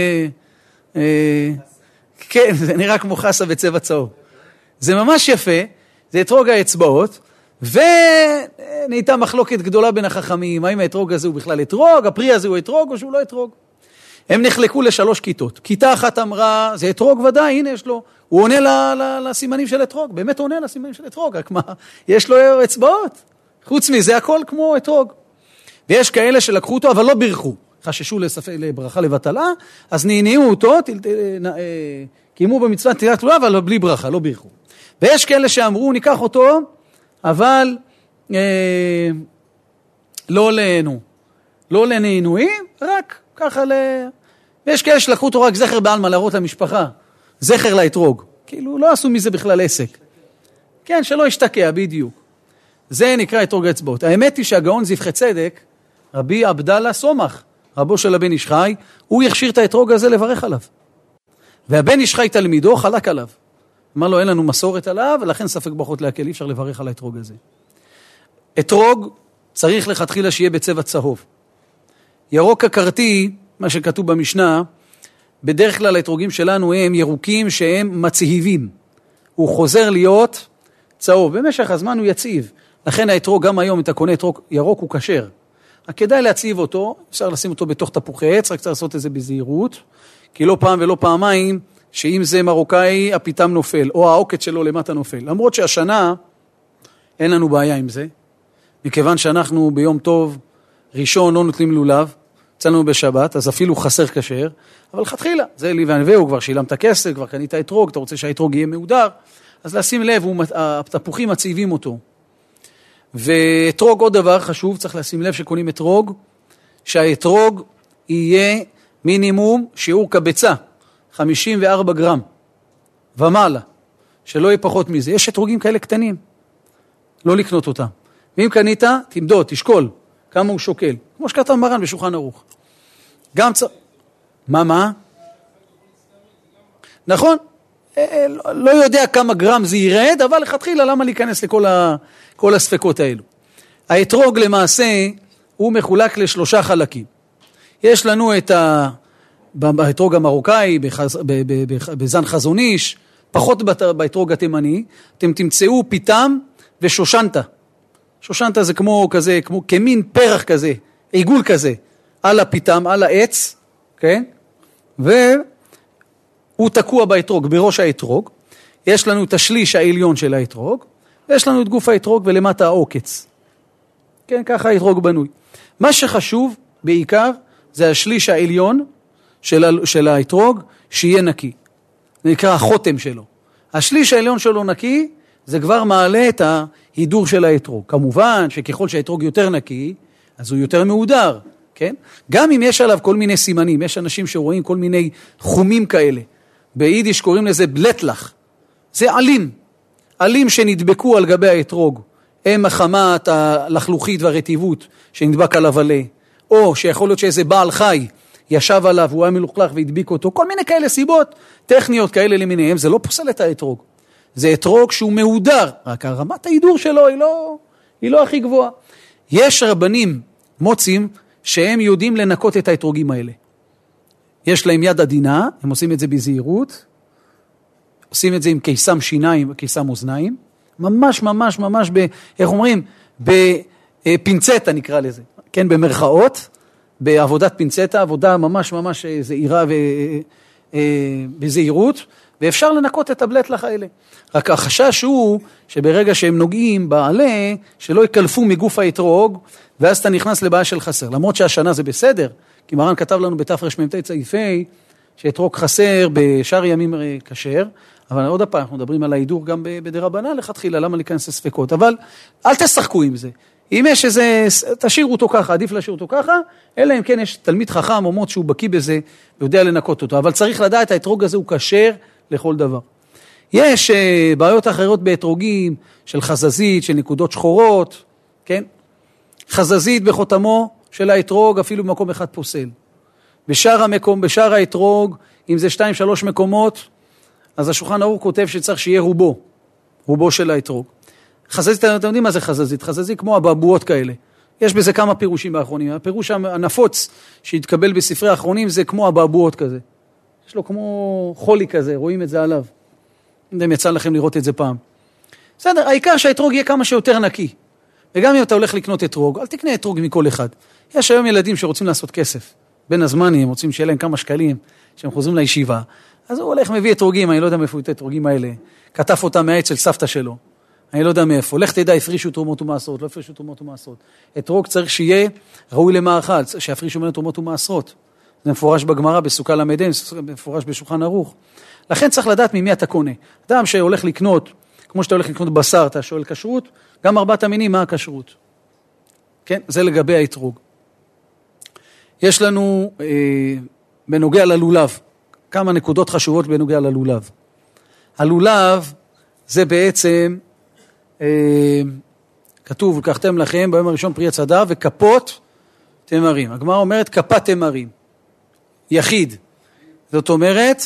כן, זה נראה כמו חסה בצבע צהוב. זה ממש יפה, זה אתרוג האצבעות, נהייתה מחלוקת גדולה בין החכמים, האם האתרוג הזה הוא בכלל אתרוג, הפרי הזה הוא אתרוג או שהוא לא אתרוג. הם נחלקו ל3 כיתות. כיתה אחת אמרה, זה אתרוג ודאי, הנה יש לו, הוא עונה לסימנים של אתרוג, באמת עונה לסימנים של אתרוג, רק מה, יש לו אצבעות. חוץ מזה, הכל כמו אתרוג. ויש כאלה שלקחו אותו, אבל לא בירכו. חששו לברכה לבטלה, אז נהניעו אותו, קיימו במצוות נטילת תלולה, אבל בלי ברכה, לא בירכו. ויש כאלה שאמרו, ניקח אותו, אבל לא לנעינויים, רק ככה ויש כאלה שלקחו אותו רק זכר בעלמא להראות למשפחה, זכר לאתרוג. כאילו, לא עשו מזה בכלל עסק. כן, שלא ישתקע, בדיוק. זה נקרא אתרוג האצבעות. האמת היא שהגאון זבחי צדק, רבי עבדאללה סומך, רבו של הבן איש חי, הוא יכשיר את האתרוג הזה לברך עליו. והבן איש חי תלמידו חלק עליו. אמר לו, אין לנו מסורת עליו, ולכן ספק ברכות להקל, אי אפשר לברך על האתרוג הזה. אתרוג צריך לכתחילה שיהיה בצבע צהוב. ירוק הקרתי, מה שכתוב במשנה, בדרך כלל האתרוגים שלנו הם ירוקים שהם מצהיבים. הוא חוזר להיות צהוב. במשך הזמן הוא יציב. לכן האתרוג, גם היום, אם אתה קונה אתרוג ירוק, הוא כשר. כדאי להציב אותו, אפשר לשים אותו בתוך תפוחי עץ, רק צריך לעשות את זה בזהירות, כי לא פעם ולא פעמיים, שאם זה מרוקאי, הפיתם נופל, או העוקץ שלו למטה נופל. למרות שהשנה, אין לנו בעיה עם זה, מכיוון שאנחנו ביום טוב, ראשון לא נוטלים לולב, אצלנו בשבת, אז אפילו חסר כשר, אבל חתחילה, זה לי והנבאו, כבר שילמת כסף, כבר קנית אתרוג, אתה רוצה שהאתרוג יהיה מהודר, אז לשים לב, התפוחים מציבים אותו. ואתרוג עוד דבר חשוב, צריך לשים לב שקונים אתרוג, שהאתרוג יהיה מינימום שיעור קבצה, 54 גרם ומעלה, שלא יהיה פחות מזה. יש אתרוגים כאלה קטנים, לא לקנות אותם. ואם קנית, תמדוד, תשקול, כמה הוא שוקל. כמו שכתב מרן בשולחן ערוך. גם מה? נכון. לא יודע כמה גרם זה ירד, אבל לכתחילה למה להיכנס לכל הספקות האלו. האתרוג למעשה הוא מחולק ל3 חלקים. יש לנו את באתרוג המרוקאי, בזן חזון איש, פחות באתרוג התימני, אתם תמצאו פיתם ושושנתה. שושנתה זה כמין פרח כזה, עיגול כזה, על הפיתם, על העץ, כן? והוא תקוע באתרוג, בראש האתרוג. יש לנו את השליש העליון של האתרוג, ויש לנו את גוף האתרוג ולמטה העוקץ. כן, ככה האתרוג בנוי. מה שחשוב בעיקר זה השליש העליון של האתרוג שיהיה נקי. זה נקרא החותם שלו. השליש העליון שלו נקי, זה כבר מעלה את ההידור של האתרוג. כמובן שככל שהאתרוג יותר נקי, אז הוא יותר מהודר, כן? גם אם יש עליו כל מיני סימנים, יש אנשים שרואים כל מיני חומים כאלה. ביידיש קוראים לזה בלטלח. זה עלים. עלים שנדבקו על גבי האתרוג. הם החמת, הלחלוכית והרטיבות שנדבק עליו עלה. או שיכול להיות שאיזה בעל חי ישב עליו, הוא היה מלוכלך והדביק אותו. כל מיני כאלה סיבות, טכניות כאלה למיניהם, זה לא פוסל את האתרוג. זה אתרוג שהוא מהודר, רק הרמת ההידור שלו היא לא הכי גבוהה. יש רבנים מוצאים שהם יודעים לנקות את האתרוגים האלה. יש להם יד עדינה, הם עושים את זה בזהירות, עושים את זה עם קיסם שיניים, קיסם אוזניים, ממש, איך אומרים, בפינצטה נקרא לזה, כן, במרכאות, בעבודת פינצטה, עבודה ממש זהירה ובזהירות, ואפשר לנקות את הבלטלח האלה. רק החשש הוא שברגע שהם נוגעים בעלה, שלא יקלפו מגוף האתרוג, ואז אתה נכנס לבעיה של חסר. למרות שהשנה זה בסדר, כי מרן כתב לנו בתרמ"ט צעיפי, שאתרוג חסר בשאר ימים כשר, אבל עוד הפעם אנחנו מדברים על ההידור גם בדרבנן, לכתחילה, למה להיכנס לספקות. אבל אל תשחקו עם זה. אם יש איזה, תשאירו אותו ככה, עדיף להשאיר אותו ככה, אלא אם כן יש תלמיד חכם או מוץ שהוא בקיא בזה, ויודע לנקות אותו. אבל צריך לדעת, האתרוג הזה הוא כשר לכל דבר. יש בעיות אחרות באתרוגים, של חזזית, של נקודות שחורות, כן? חזזית בחותמו של האתרוג, אפילו במקום אחד פוסל. בשאר האתרוג, אם זה 2-3 מקומות, אז השולחן ערוך כותב שצריך שיהיה רובו של האתרוג. חזזית, אתם יודעים מה זה חזזית? חזזית כמו הבעבועות כאלה. יש בזה כמה פירושים באחרונים. הפירוש הנפוץ שהתקבל בספרי האחרונים זה כמו הבעבועות כזה. יש לו כמו חולי כזה, רואים את זה עליו. אם יצא לכם לראות את זה פעם. בסדר, העיקר שהאתרוג יהיה כמה שיותר נקי. וגם אם אתה הולך לקנות אתרוג, אל תקנה אתרוג מכל אחד. יש היום ילדים שרוצים לעשות כסף. בין הזמנים, רוצים שיהיה להם כמה שקלים, שהם חוזרים לישיבה. אז הוא הולך, מביא אתרוגים, אני לא יודע מאיפה את האתרוגים האלה. כתב אותם מהעץ של סבתא שלו. אני לא יודע מאיפה. לך תדע, הפרישו תרומות ומעשרות, לא הפרישו תרומות ומעשרות. אתרוג צריך שיהיה ראוי למאכל, שיפרישו ממנו תרומות ומעשרות. זה מפורש בגמרא, בסוכה למדן, מפורש בשולחן ערוך. לכן צריך לדעת ממי אתה קונה. אדם שהולך לקנות, כמו שאתה הולך לקנות בשר, אתה שואל כשרות, גם 4 המינים, מה הכשרות? כן, זה לגבי האתרוג. יש לנו בנוגע ללולב, כמה נקודות חשובות בנוגע ללולב. הלולב זה בעצם, כתוב, לקחתם לכם ביום הראשון פרי עץ הדר וכפות תמרים. הגמרא אומרת כפת תמרים, יחיד. זאת אומרת,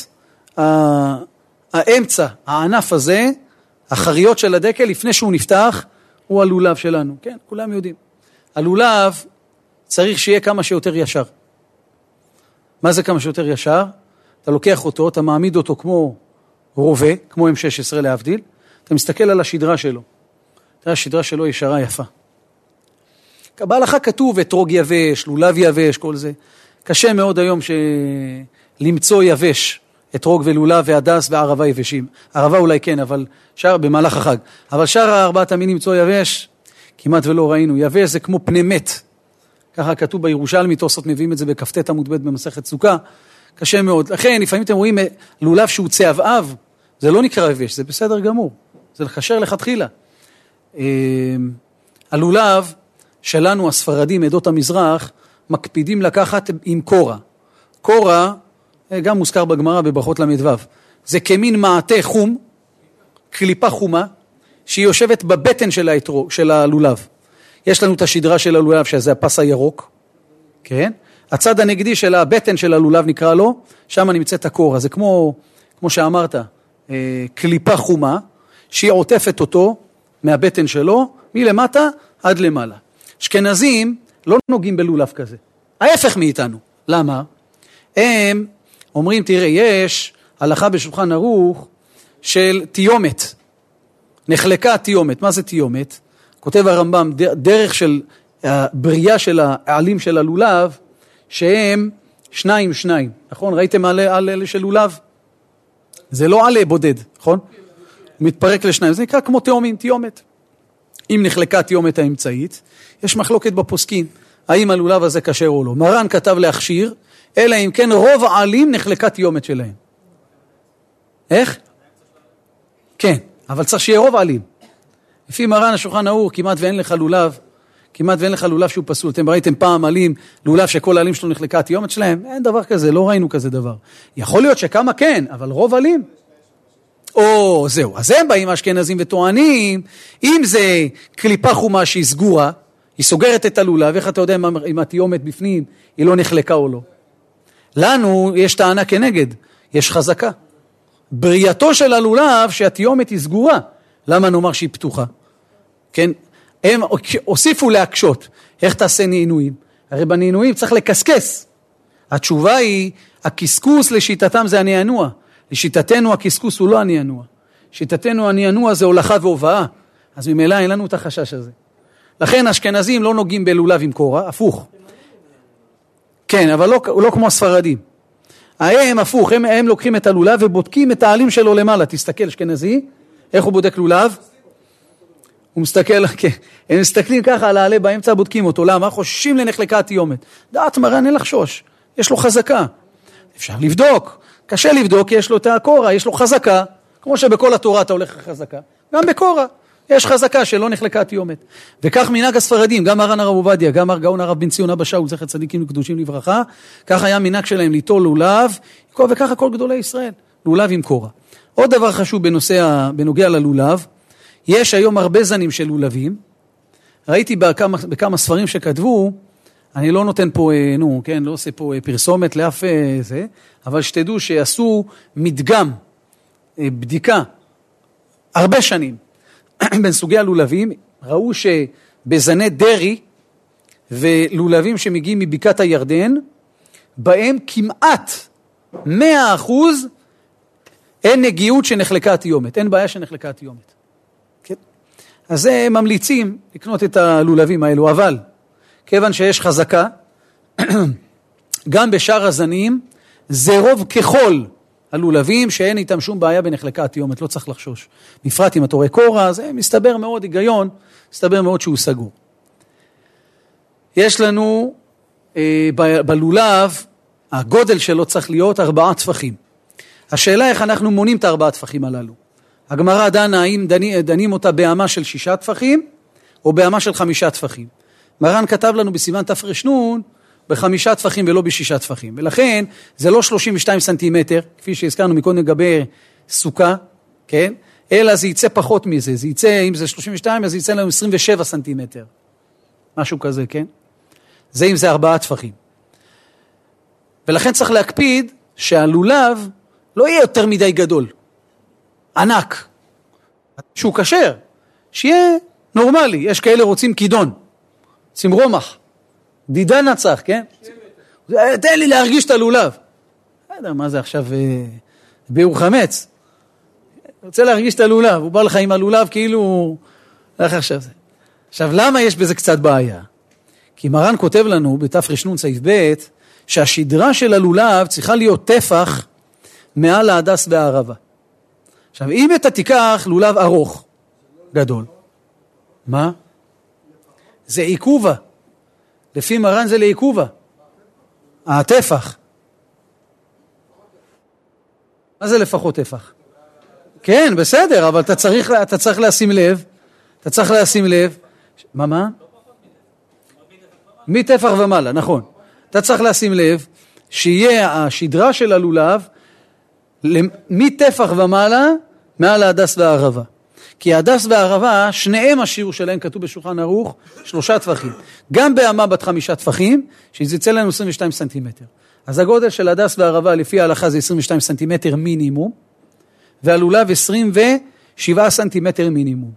האמצע, הענף הזה, החריות של הדקל, לפני שהוא נפתח, הוא הלולב שלנו. כן, כולם יודעים. הלולב צריך שיהיה כמה שיותר ישר. מה זה כמה שיותר ישר? אתה לוקח אותו, אתה מעמיד אותו כמו רובה, כמו M16 להבדיל, אתה מסתכל על השדרה שלו. השדרה שלו ישרה יפה. בהלכה כתוב אתרוג יבש, לולב יבש, כל זה. קשה מאוד היום למצוא יבש, אתרוג ולולב והדס וערבה יבשים. ערבה אולי כן, אבל שאר במהלך החג. אבל שאר 4 המינים למצוא יבש, כמעט ולא ראינו. יבש זה כמו פני מת. ככה כתוב בירושלמי, תוספות מביאים את זה בכ"ט עמוד ב' במסכת סוכה. קשה מאוד. לכן, לפעמים אתם רואים לולב שהוא צהבהב, זה לא נקרא יבש, זה בסדר גמור. זה לחשר לכתחילה. הלולב שלנו, הספרדים, עדות המזרח, מקפידים לקחת עם קורה. קורה, גם מוזכר בגמרא בברכות למדוו. זה כמין מעטה חום, קליפה חומה, שהיא יושבת בבטן של הלולב. יש לנו את השדרה של הלולב, שזה הפס הירוק. כן? הצד הנגדי של הבטן של הלולב נקרא לו, שם נמצאת הקורה. זה כמו שאמרת, קליפה חומה, שהיא עוטפת אותו מהבטן שלו, מלמטה עד למעלה. אשכנזים לא נוגעים בלולב כזה. ההפך מאיתנו. למה? הם אומרים, תראה, יש הלכה בשולחן ערוך של תיומת. נחלקה תיומת. מה זה תיומת? כותב הרמב"ם, דרך של הבריאה של העלים של הלולב, שהם 2, נכון? ראיתם על אלה של לולב? זה לא עלה בודד, נכון? הוא מתפרק ל2, זה נקרא כמו תיומת. אם נחלקה תיומת האמצעית, יש מחלוקת בפוסקים, האם הלולב הזה כשר או לא. מרן כתב להכשיר, אלא אם כן רוב העלים נחלקה תיומת שלהם. איך? כן, אבל צריך שיהיה רוב העלים. לפי מרן השולחן ערוך, כמעט ואין לך לולב שהוא פסול. אתם ראיתם פעם עלים, לולב שכל העלים שלו נחלקה תיומת שלהם? אין דבר כזה, לא ראינו כזה דבר. יכול להיות שכמה כן, אבל רוב עלים. או זהו, אז הם באים אשכנזים וטוענים, אם זה קליפה חומה שהיא סגורה, היא סוגרת את הלולב, ואיך אתה יודע אם התיומת בפנים היא לא נחלקה או לא. לנו יש טענה כנגד, יש חזקה. בריאתו של הלולב שהתיומת היא סגורה, למה נאמר שהיא פתוחה? כן? הם הוסיפו להקשות, איך תעשה נעינויים? הרי בנעינויים צריך לקסקס. התשובה היא, הקסקוס לשיטתם זה הנענוע. לשיטתנו הקסקוס הוא לא הנענוע. שיטתנו הנענוע זה הולכה והובאה. אז ממילא אין לנו את החשש הזה. לכן אשכנזים לא נוגעים בלולב עם קורה, הפוך. כן, אבל לא כמו הספרדים. הם הפוך, הם לוקחים את הלולב ובודקים את העלים שלו למעלה. תסתכל, אשכנזי, איך הוא בודק לולב? הוא מסתכל, כן, הם מסתכלים ככה על העלה באמצע, בודקים אותו. למה? חוששים לנחלקת תיומת. דעת מרן אין לחשוש, יש לו חזקה. אפשר לבדוק, קשה לבדוק, יש לו את הקורה, יש לו חזקה. כמו שבכל התורה אתה הולך חזקה, גם בקורה. יש חזקה שלא נחלקה תיומת. וכך מנהג הספרדים, גם מרן הרב עובדיה, גם הגאון הרב בן ציון אבא שאול, זכר צדיקים וקדושים לברכה, כך היה מנהג שלהם ליטול לולב, וככה כל גדולי ישראל, לולב עם קורה. עוד דבר חשוב בנוגע ללולב, יש היום הרבה זנים של לולבים, ראיתי בכמה ספרים שכתבו, אני לא נותן פה, כן, לא עושה פה פרסומת לאף זה, אבל שתדעו שעשו מדגם, בדיקה, הרבה שנים, בין סוגי הלולבים, ראו שבזני דרי ולולבים שמגיעים מבקעת הירדן, בהם כמעט 100% אין נגיעות שנחלקה תיומת, אין בעיה שנחלקה תיומת. כן? אז הם ממליצים לקנות את הלולבים האלו, אבל כיוון שיש חזקה, גם בשאר הזנים, זה רוב ככל הלולבים שאין איתם שום בעיה בנחלקה התיומת, לא צריך לחשוש. בפרט אם אתה רואה קורה, זה מסתבר מאוד היגיון, מסתבר מאוד שהוא סגור. יש לנו בלולב, הגודל שלו צריך להיות 4 טפחים. השאלה איך אנחנו מונים את 4 טפחים הללו. הגמרא דנה, האם דנים אותה באמה של 6 טפחים, או באמה של 5 טפחים. מרן כתב לנו בסימן תפרשנון, ב5 טפחים ולא ב6 טפחים. ולכן, זה לא 32 סנטימטר, כפי שהזכרנו מקודם לגבי סוכה, כן? אלא זה יצא פחות מזה. זה יצא, אם זה 32, אז זה יצא לנו 27 סנטימטר. משהו כזה, כן? זה אם זה 4 טפחים. ולכן צריך להקפיד שהלולב לא יהיה יותר מדי גדול. ענק. שהוא כשר. שיהיה נורמלי. יש כאלה רוצים כידון. רוצים רומח. דידה נצח, כן? תן לי להרגיש את הלולב. לא יודע מה זה עכשיו ביאור חמץ. רוצה להרגיש את הלולב. הוא בא לך עם הלולב כאילו... איך עכשיו זה? עכשיו, למה יש בזה קצת בעיה? כי מרן כותב לנו בתר"ן סעיף ב' שהשדרה של הלולב צריכה להיות טפח מעל ההדס והערבה. עכשיו, אם אתה תיקח לולב ארוך, גדול, מה? זה עיכובה. לפי מרן זה לעיכובה. הטפח. מה זה לפחות טפח? כן, בסדר, אבל אתה צריך לשים לב. אתה צריך לשים לב. מה? מטפח ומעלה, נכון. אתה צריך לשים לב שיהיה השדרה של הלולב מטפח ומעלה מעל ההדס והערבה. כי ההדס והערבה, שניהם השיעור שלהם כתוב בשולחן ערוך 3 טפחים. גם באמה בת 5 טפחים, שזה יצא לנו 22 סנטימטר. אז הגודל של ההדס והערבה לפי ההלכה זה 22 סנטימטר מינימום, והלולב 27 סנטימטר מינימום.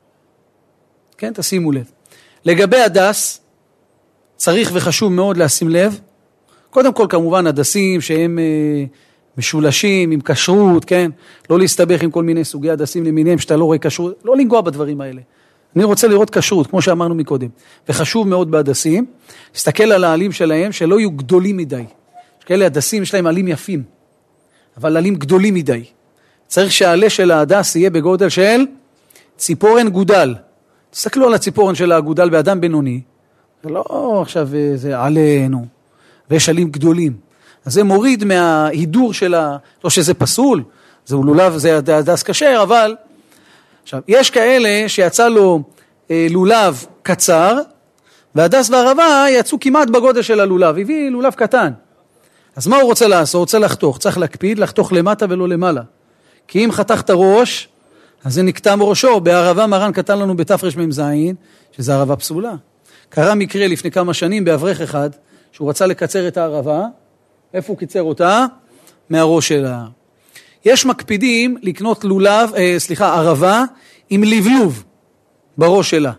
כן, תשימו לב. לגבי הדס, צריך וחשוב מאוד לשים לב, קודם כל כמובן הדסים שהם משולשים עם כשרות, כן? לא להסתבך עם כל מיני סוגי הדסים למיניהם שאתה לא רואה כשרות, לא לנגוע בדברים האלה. אני רוצה לראות כשרות, כמו שאמרנו מקודם. וחשוב מאוד בהדסים, להסתכל על העלים שלהם שלא יהיו גדולים מדי. יש כאלה הדסים יש להם עלים יפים, אבל עלים גדולים מדי. צריך שהעלה של ההדס יהיה בגודל של ציפורן גודל. תסתכלו על הציפורן של הגודל באדם בינוני, זה לא עכשיו זה עלינו, ויש עלים גדולים. אז זה מוריד מההידור של לא שזה פסול, זה לולב, זה הדס כשר, אבל עכשיו, יש כאלה שיצא לו לולב קצר, והדס והערבה יצאו כמעט בגודל של הלולב, הביא לולב קטן. אז מה הוא רוצה לעשות? הוא רוצה לחתוך, צריך להקפיד, לחתוך למטה ולא למעלה. כי אם חתך את הראש, אז זה נקטע מראשו. בערבה מרן כתב לנו בתרמ"ז, שזה ערבה פסולה. קרה מקרה לפני כמה שנים באברך אחד, שהוא רצה לקצר את הערבה, איפה הוא קיצר אותה? מהראש שלה. יש מקפידים לקנות ערבה עם לבלוב בראש שלה.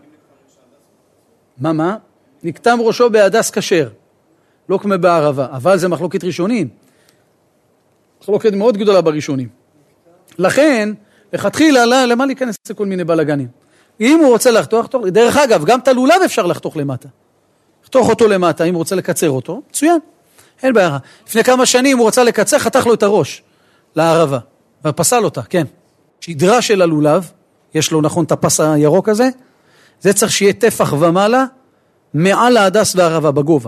מה? נקטם ראשו בהדס כשר, לא כמו בערבה, אבל זה מחלוקת ראשונים. מחלוקת מאוד גדולה בראשונים. לכן, לכתחילה, למה להיכנס לכל מיני בלגנים? אם הוא רוצה לחתוך, דרך אגב, גם את הלולב אפשר לחתוך למטה. לחתוך אותו למטה, אם הוא רוצה לקצר אותו, מצוין. אין בעיה. לפני כמה שנים הוא רוצה לקצר, חתך לו את הראש לערבה, ופסל אותה, כן. שדרה של הלולב, יש לו נכון את הפס הירוק הזה, זה צריך שיהיה טפח ומעלה, מעל ההדס והערבה, בגובה.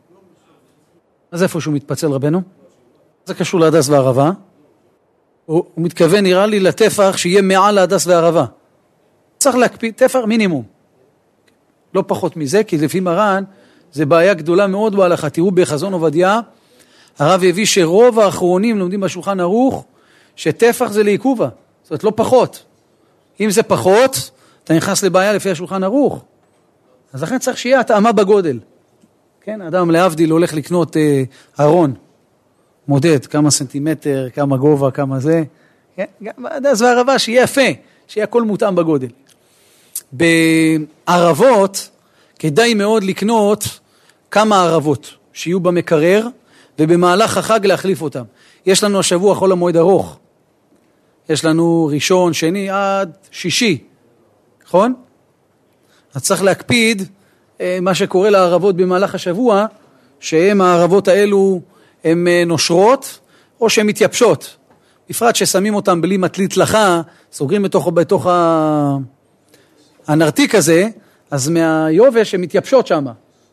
אז איפה שהוא מתפצל רבנו? זה קשור להדס והערבה. הוא מתכוון, נראה לי, לטפח שיהיה מעל ההדס והערבה. צריך להקפיד טפח מינימום. לא פחות מזה, כי לפי מרן, זה בעיה גדולה מאוד בהלכה. תראו בחזון עובדיה, הרב הביא שרוב האחרונים לומדים בשולחן ערוך, שטפח זה לעיכובה. זאת אומרת, לא פחות. אם זה פחות, אתה נכנס לבעיה לפי השולחן ערוך. אז לכן צריך שיהיה התאמה בגודל. כן, אדם להבדיל הולך לקנות ארון, מודד כמה סנטימטר, כמה גובה, כמה זה. כן, גם הדס והערבה, שיהיה יפה, שיהיה הכל מותאם בגודל. בערבות, כדאי מאוד לקנות כמה ערבות, שיהיו במקרר, ובמהלך החג להחליף אותם. יש לנו השבוע חול המועד ארוך. יש לנו ראשון, שני, עד שישי. נכון? אז צריך להקפיד מה שקורה לערבות במהלך השבוע, שהן הערבות האלו הן נושרות או שהן מתייבשות. בפרט ששמים אותם בלי מטלית לחה, סוגרים בתוך הנרתיק הזה, אז מהיובש הן מתייבשות שם.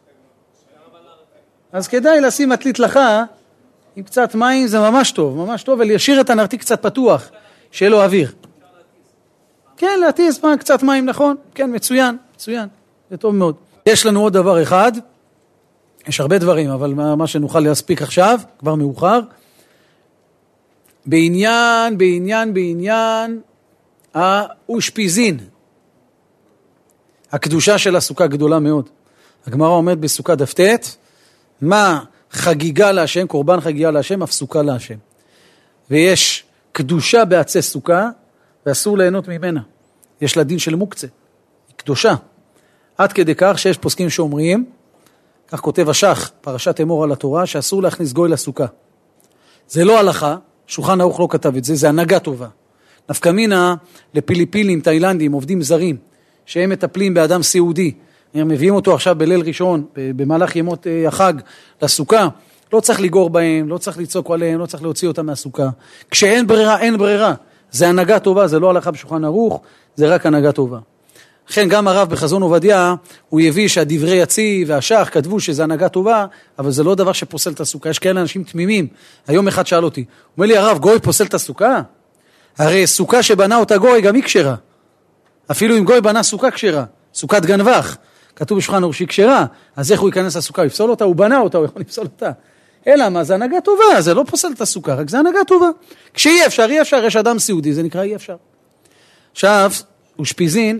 אז כדאי לשים מטלית לחה, עם קצת מים זה ממש טוב, ולהשאיר את הנרתיק קצת פתוח, שיהיה לו אוויר. כן, להתיז קצת מים, נכון? כן, מצוין, זה טוב מאוד. יש לנו עוד דבר אחד, יש הרבה דברים, אבל מה שנוכל להספיק עכשיו, כבר מאוחר, בעניין האושפיזין. הקדושה של הסוכה גדולה מאוד. הגמרא אומרת בסוכה דף ט', מה חגיגה להשם, קורבן חגיגה להשם, אף סוכה להשם. ויש קדושה בעצי סוכה, ואסור ליהנות ממנה. יש לה דין של מוקצה, היא קדושה. עד כדי כך שיש פוסקים שאומרים, כך כותב השח, פרשת אמור על התורה, שאסור להכניס גוי לסוכה. זה לא הלכה, שולחן ערוך לא כתב את זה, זה הנהגה טובה. נפקא מינה לפיליפינים, תאילנדים, עובדים זרים, שהם מטפלים באדם סיעודי, הם מביאים אותו עכשיו בליל ראשון, במהלך ימות החג לסוכה, לא צריך לגור בהם, לא צריך לצעוק עליהם, לא צריך להוציא אותם מהסוכה. כשאין ברירה, אין ברירה. זה הנהגה טובה, זה לא הלכה בשולחן ערוך, זה רק הנהגה טובה. לכן גם הרב בחזון עובדיה, הוא יביא שהדברי יצי והשח כתבו שזה הנהגה טובה, אבל זה לא דבר שפוסל את הסוכה. יש כאלה אנשים תמימים. היום אחד שאל אותי, הוא אומר לי, הרב, גוי פוסל את הסוכה? הרי סוכה שבנה אותה גוי גם היא כשרה. אפילו אם גוי בנה סוכה כשרה, סוכת גנבך, כתוב בשולחן ערוך שהיא כשרה, אז איך הוא ייכנס לסוכה? הוא יפסול אותה, הוא בנה אותה, הוא יכול לפסול אותה. אלא מה, זה הנהגה טובה, זה לא פוסל את הסוכה, רק זה הנהגה טובה. כשאי אפשר, יש אדם סיעודי, זה נקרא אי אפשר. עכשיו, אושפיזין,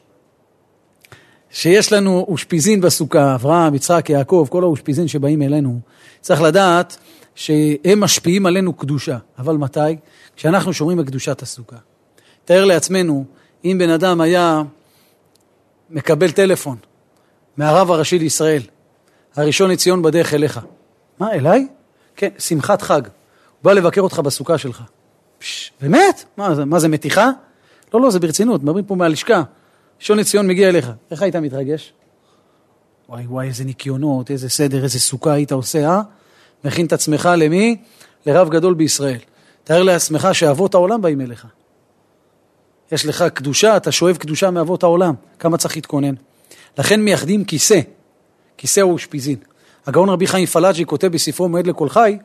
שיש לנו אושפיזין בסוכה, אברהם, יצחק, יעקב, כל האושפיזין שבאים אלינו, צריך לדעת שהם משפיעים עלינו קדושה. אבל מתי? כשאנחנו שומרים בקדושת הסוכה. תאר לעצמנו, אם בן אדם היה מקבל טלפון מהרב הראשי לישראל, הראשון לציון בדרך אליך. מה, אליי? כן, שמחת חג. הוא בא לבקר אותך בסוכה שלך. באמת? מה זה מתיחה? לא, זה ברצינות, מדברים פה מהלשכה. ראשון לציון מגיע אליך. איך היית מתרגש? וואי, איזה ניקיונות, איזה סדר, איזה סוכה היית עושה, מכין את עצמך למי? לרב גדול בישראל. תאר לעצמך שאבות העולם באים אליך. יש לך קדושה, אתה שואב קדושה מאבות העולם. כמה צריך להתכונן? לכן מייחדים כיסא הוא אושפיזין. הגאון רבי חיים פלאג'י כותב בספרו מועד לכל חי,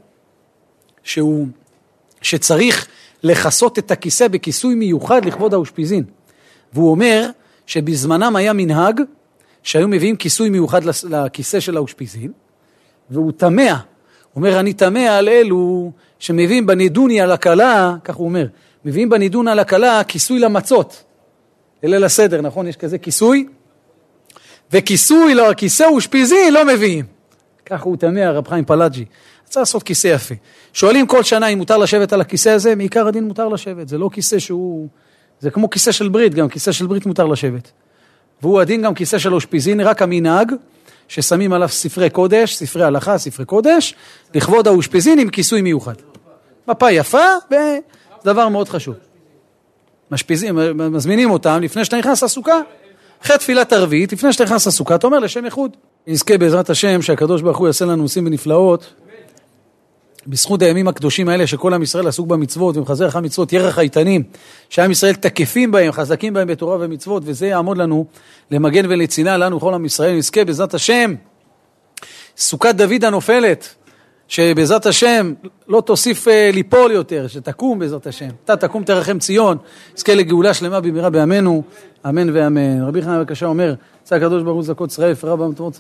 שצריך לחסות את הכיסא בכיסוי מיוחד לכבוד האושפיזין. והוא אומר שבזמנם היה מנהג שהיו מביאים כיסוי מיוחד לכיסא של האושפיזין, והוא תמה. הוא אומר, אני תמה על אלו שמביאים בנידוני על הקלה, כך הוא אומר, מביאים בנידון על הקלה כיסוי למצות. לליל הסדר, נכון? יש כזה כיסוי, וכיסוי לכיסא אושפיזין לא מביאים. כך הוא תמה, רב חיים פלאג'י. צריך לעשות כיסא יפה. שואלים כל שנה אם מותר לשבת על הכיסא הזה, מעיקר הדין מותר לשבת. זה לא כיסא שהוא... זה כמו כיסא של ברית, גם כיסא של ברית מותר לשבת. והוא הדין גם כיסא של אושפיזין, רק המנהג, ששמים עליו ספרי קודש, ספרי הלכה, ספרי קודש, לכבוד האושפיזין עם כיסוי מיוחד. מפה יפה, ודבר מאוד חשוב. מזמינים אותם לפני שאתה נכנס לסוכה, אחרי תפילת ערבית, לפני שאתה נכנס לסוכה, אתה אומר לשם ייחוד. נזכה בעזרת השם שהקדוש ברוך הוא יעשה לנו עושים ונפלאות, בזכות הימים הקדושים האלה שכל עם ישראל עסוק במצוות ומחזר אחר מצוות ירח האיתנים, שעם ישראל תקפים בהם, חזקים בהם בתורה ומצוות, וזה יעמוד לנו למגן ולצילה לנו כל עם ישראל. נזכה בעזרת השם סוכת דוד הנופלת, שבעזרת השם לא תוסיף ליפול יותר, שתקום בעזרת השם, אתה תקום תרחם ציון, נזכה לגאולה שלמה במהרה בימינו, אמן ואמן. רבי חנניה בן עקשיא אומר, צא הקדוש ברוך הוא זכות ישראל, פרה במטרות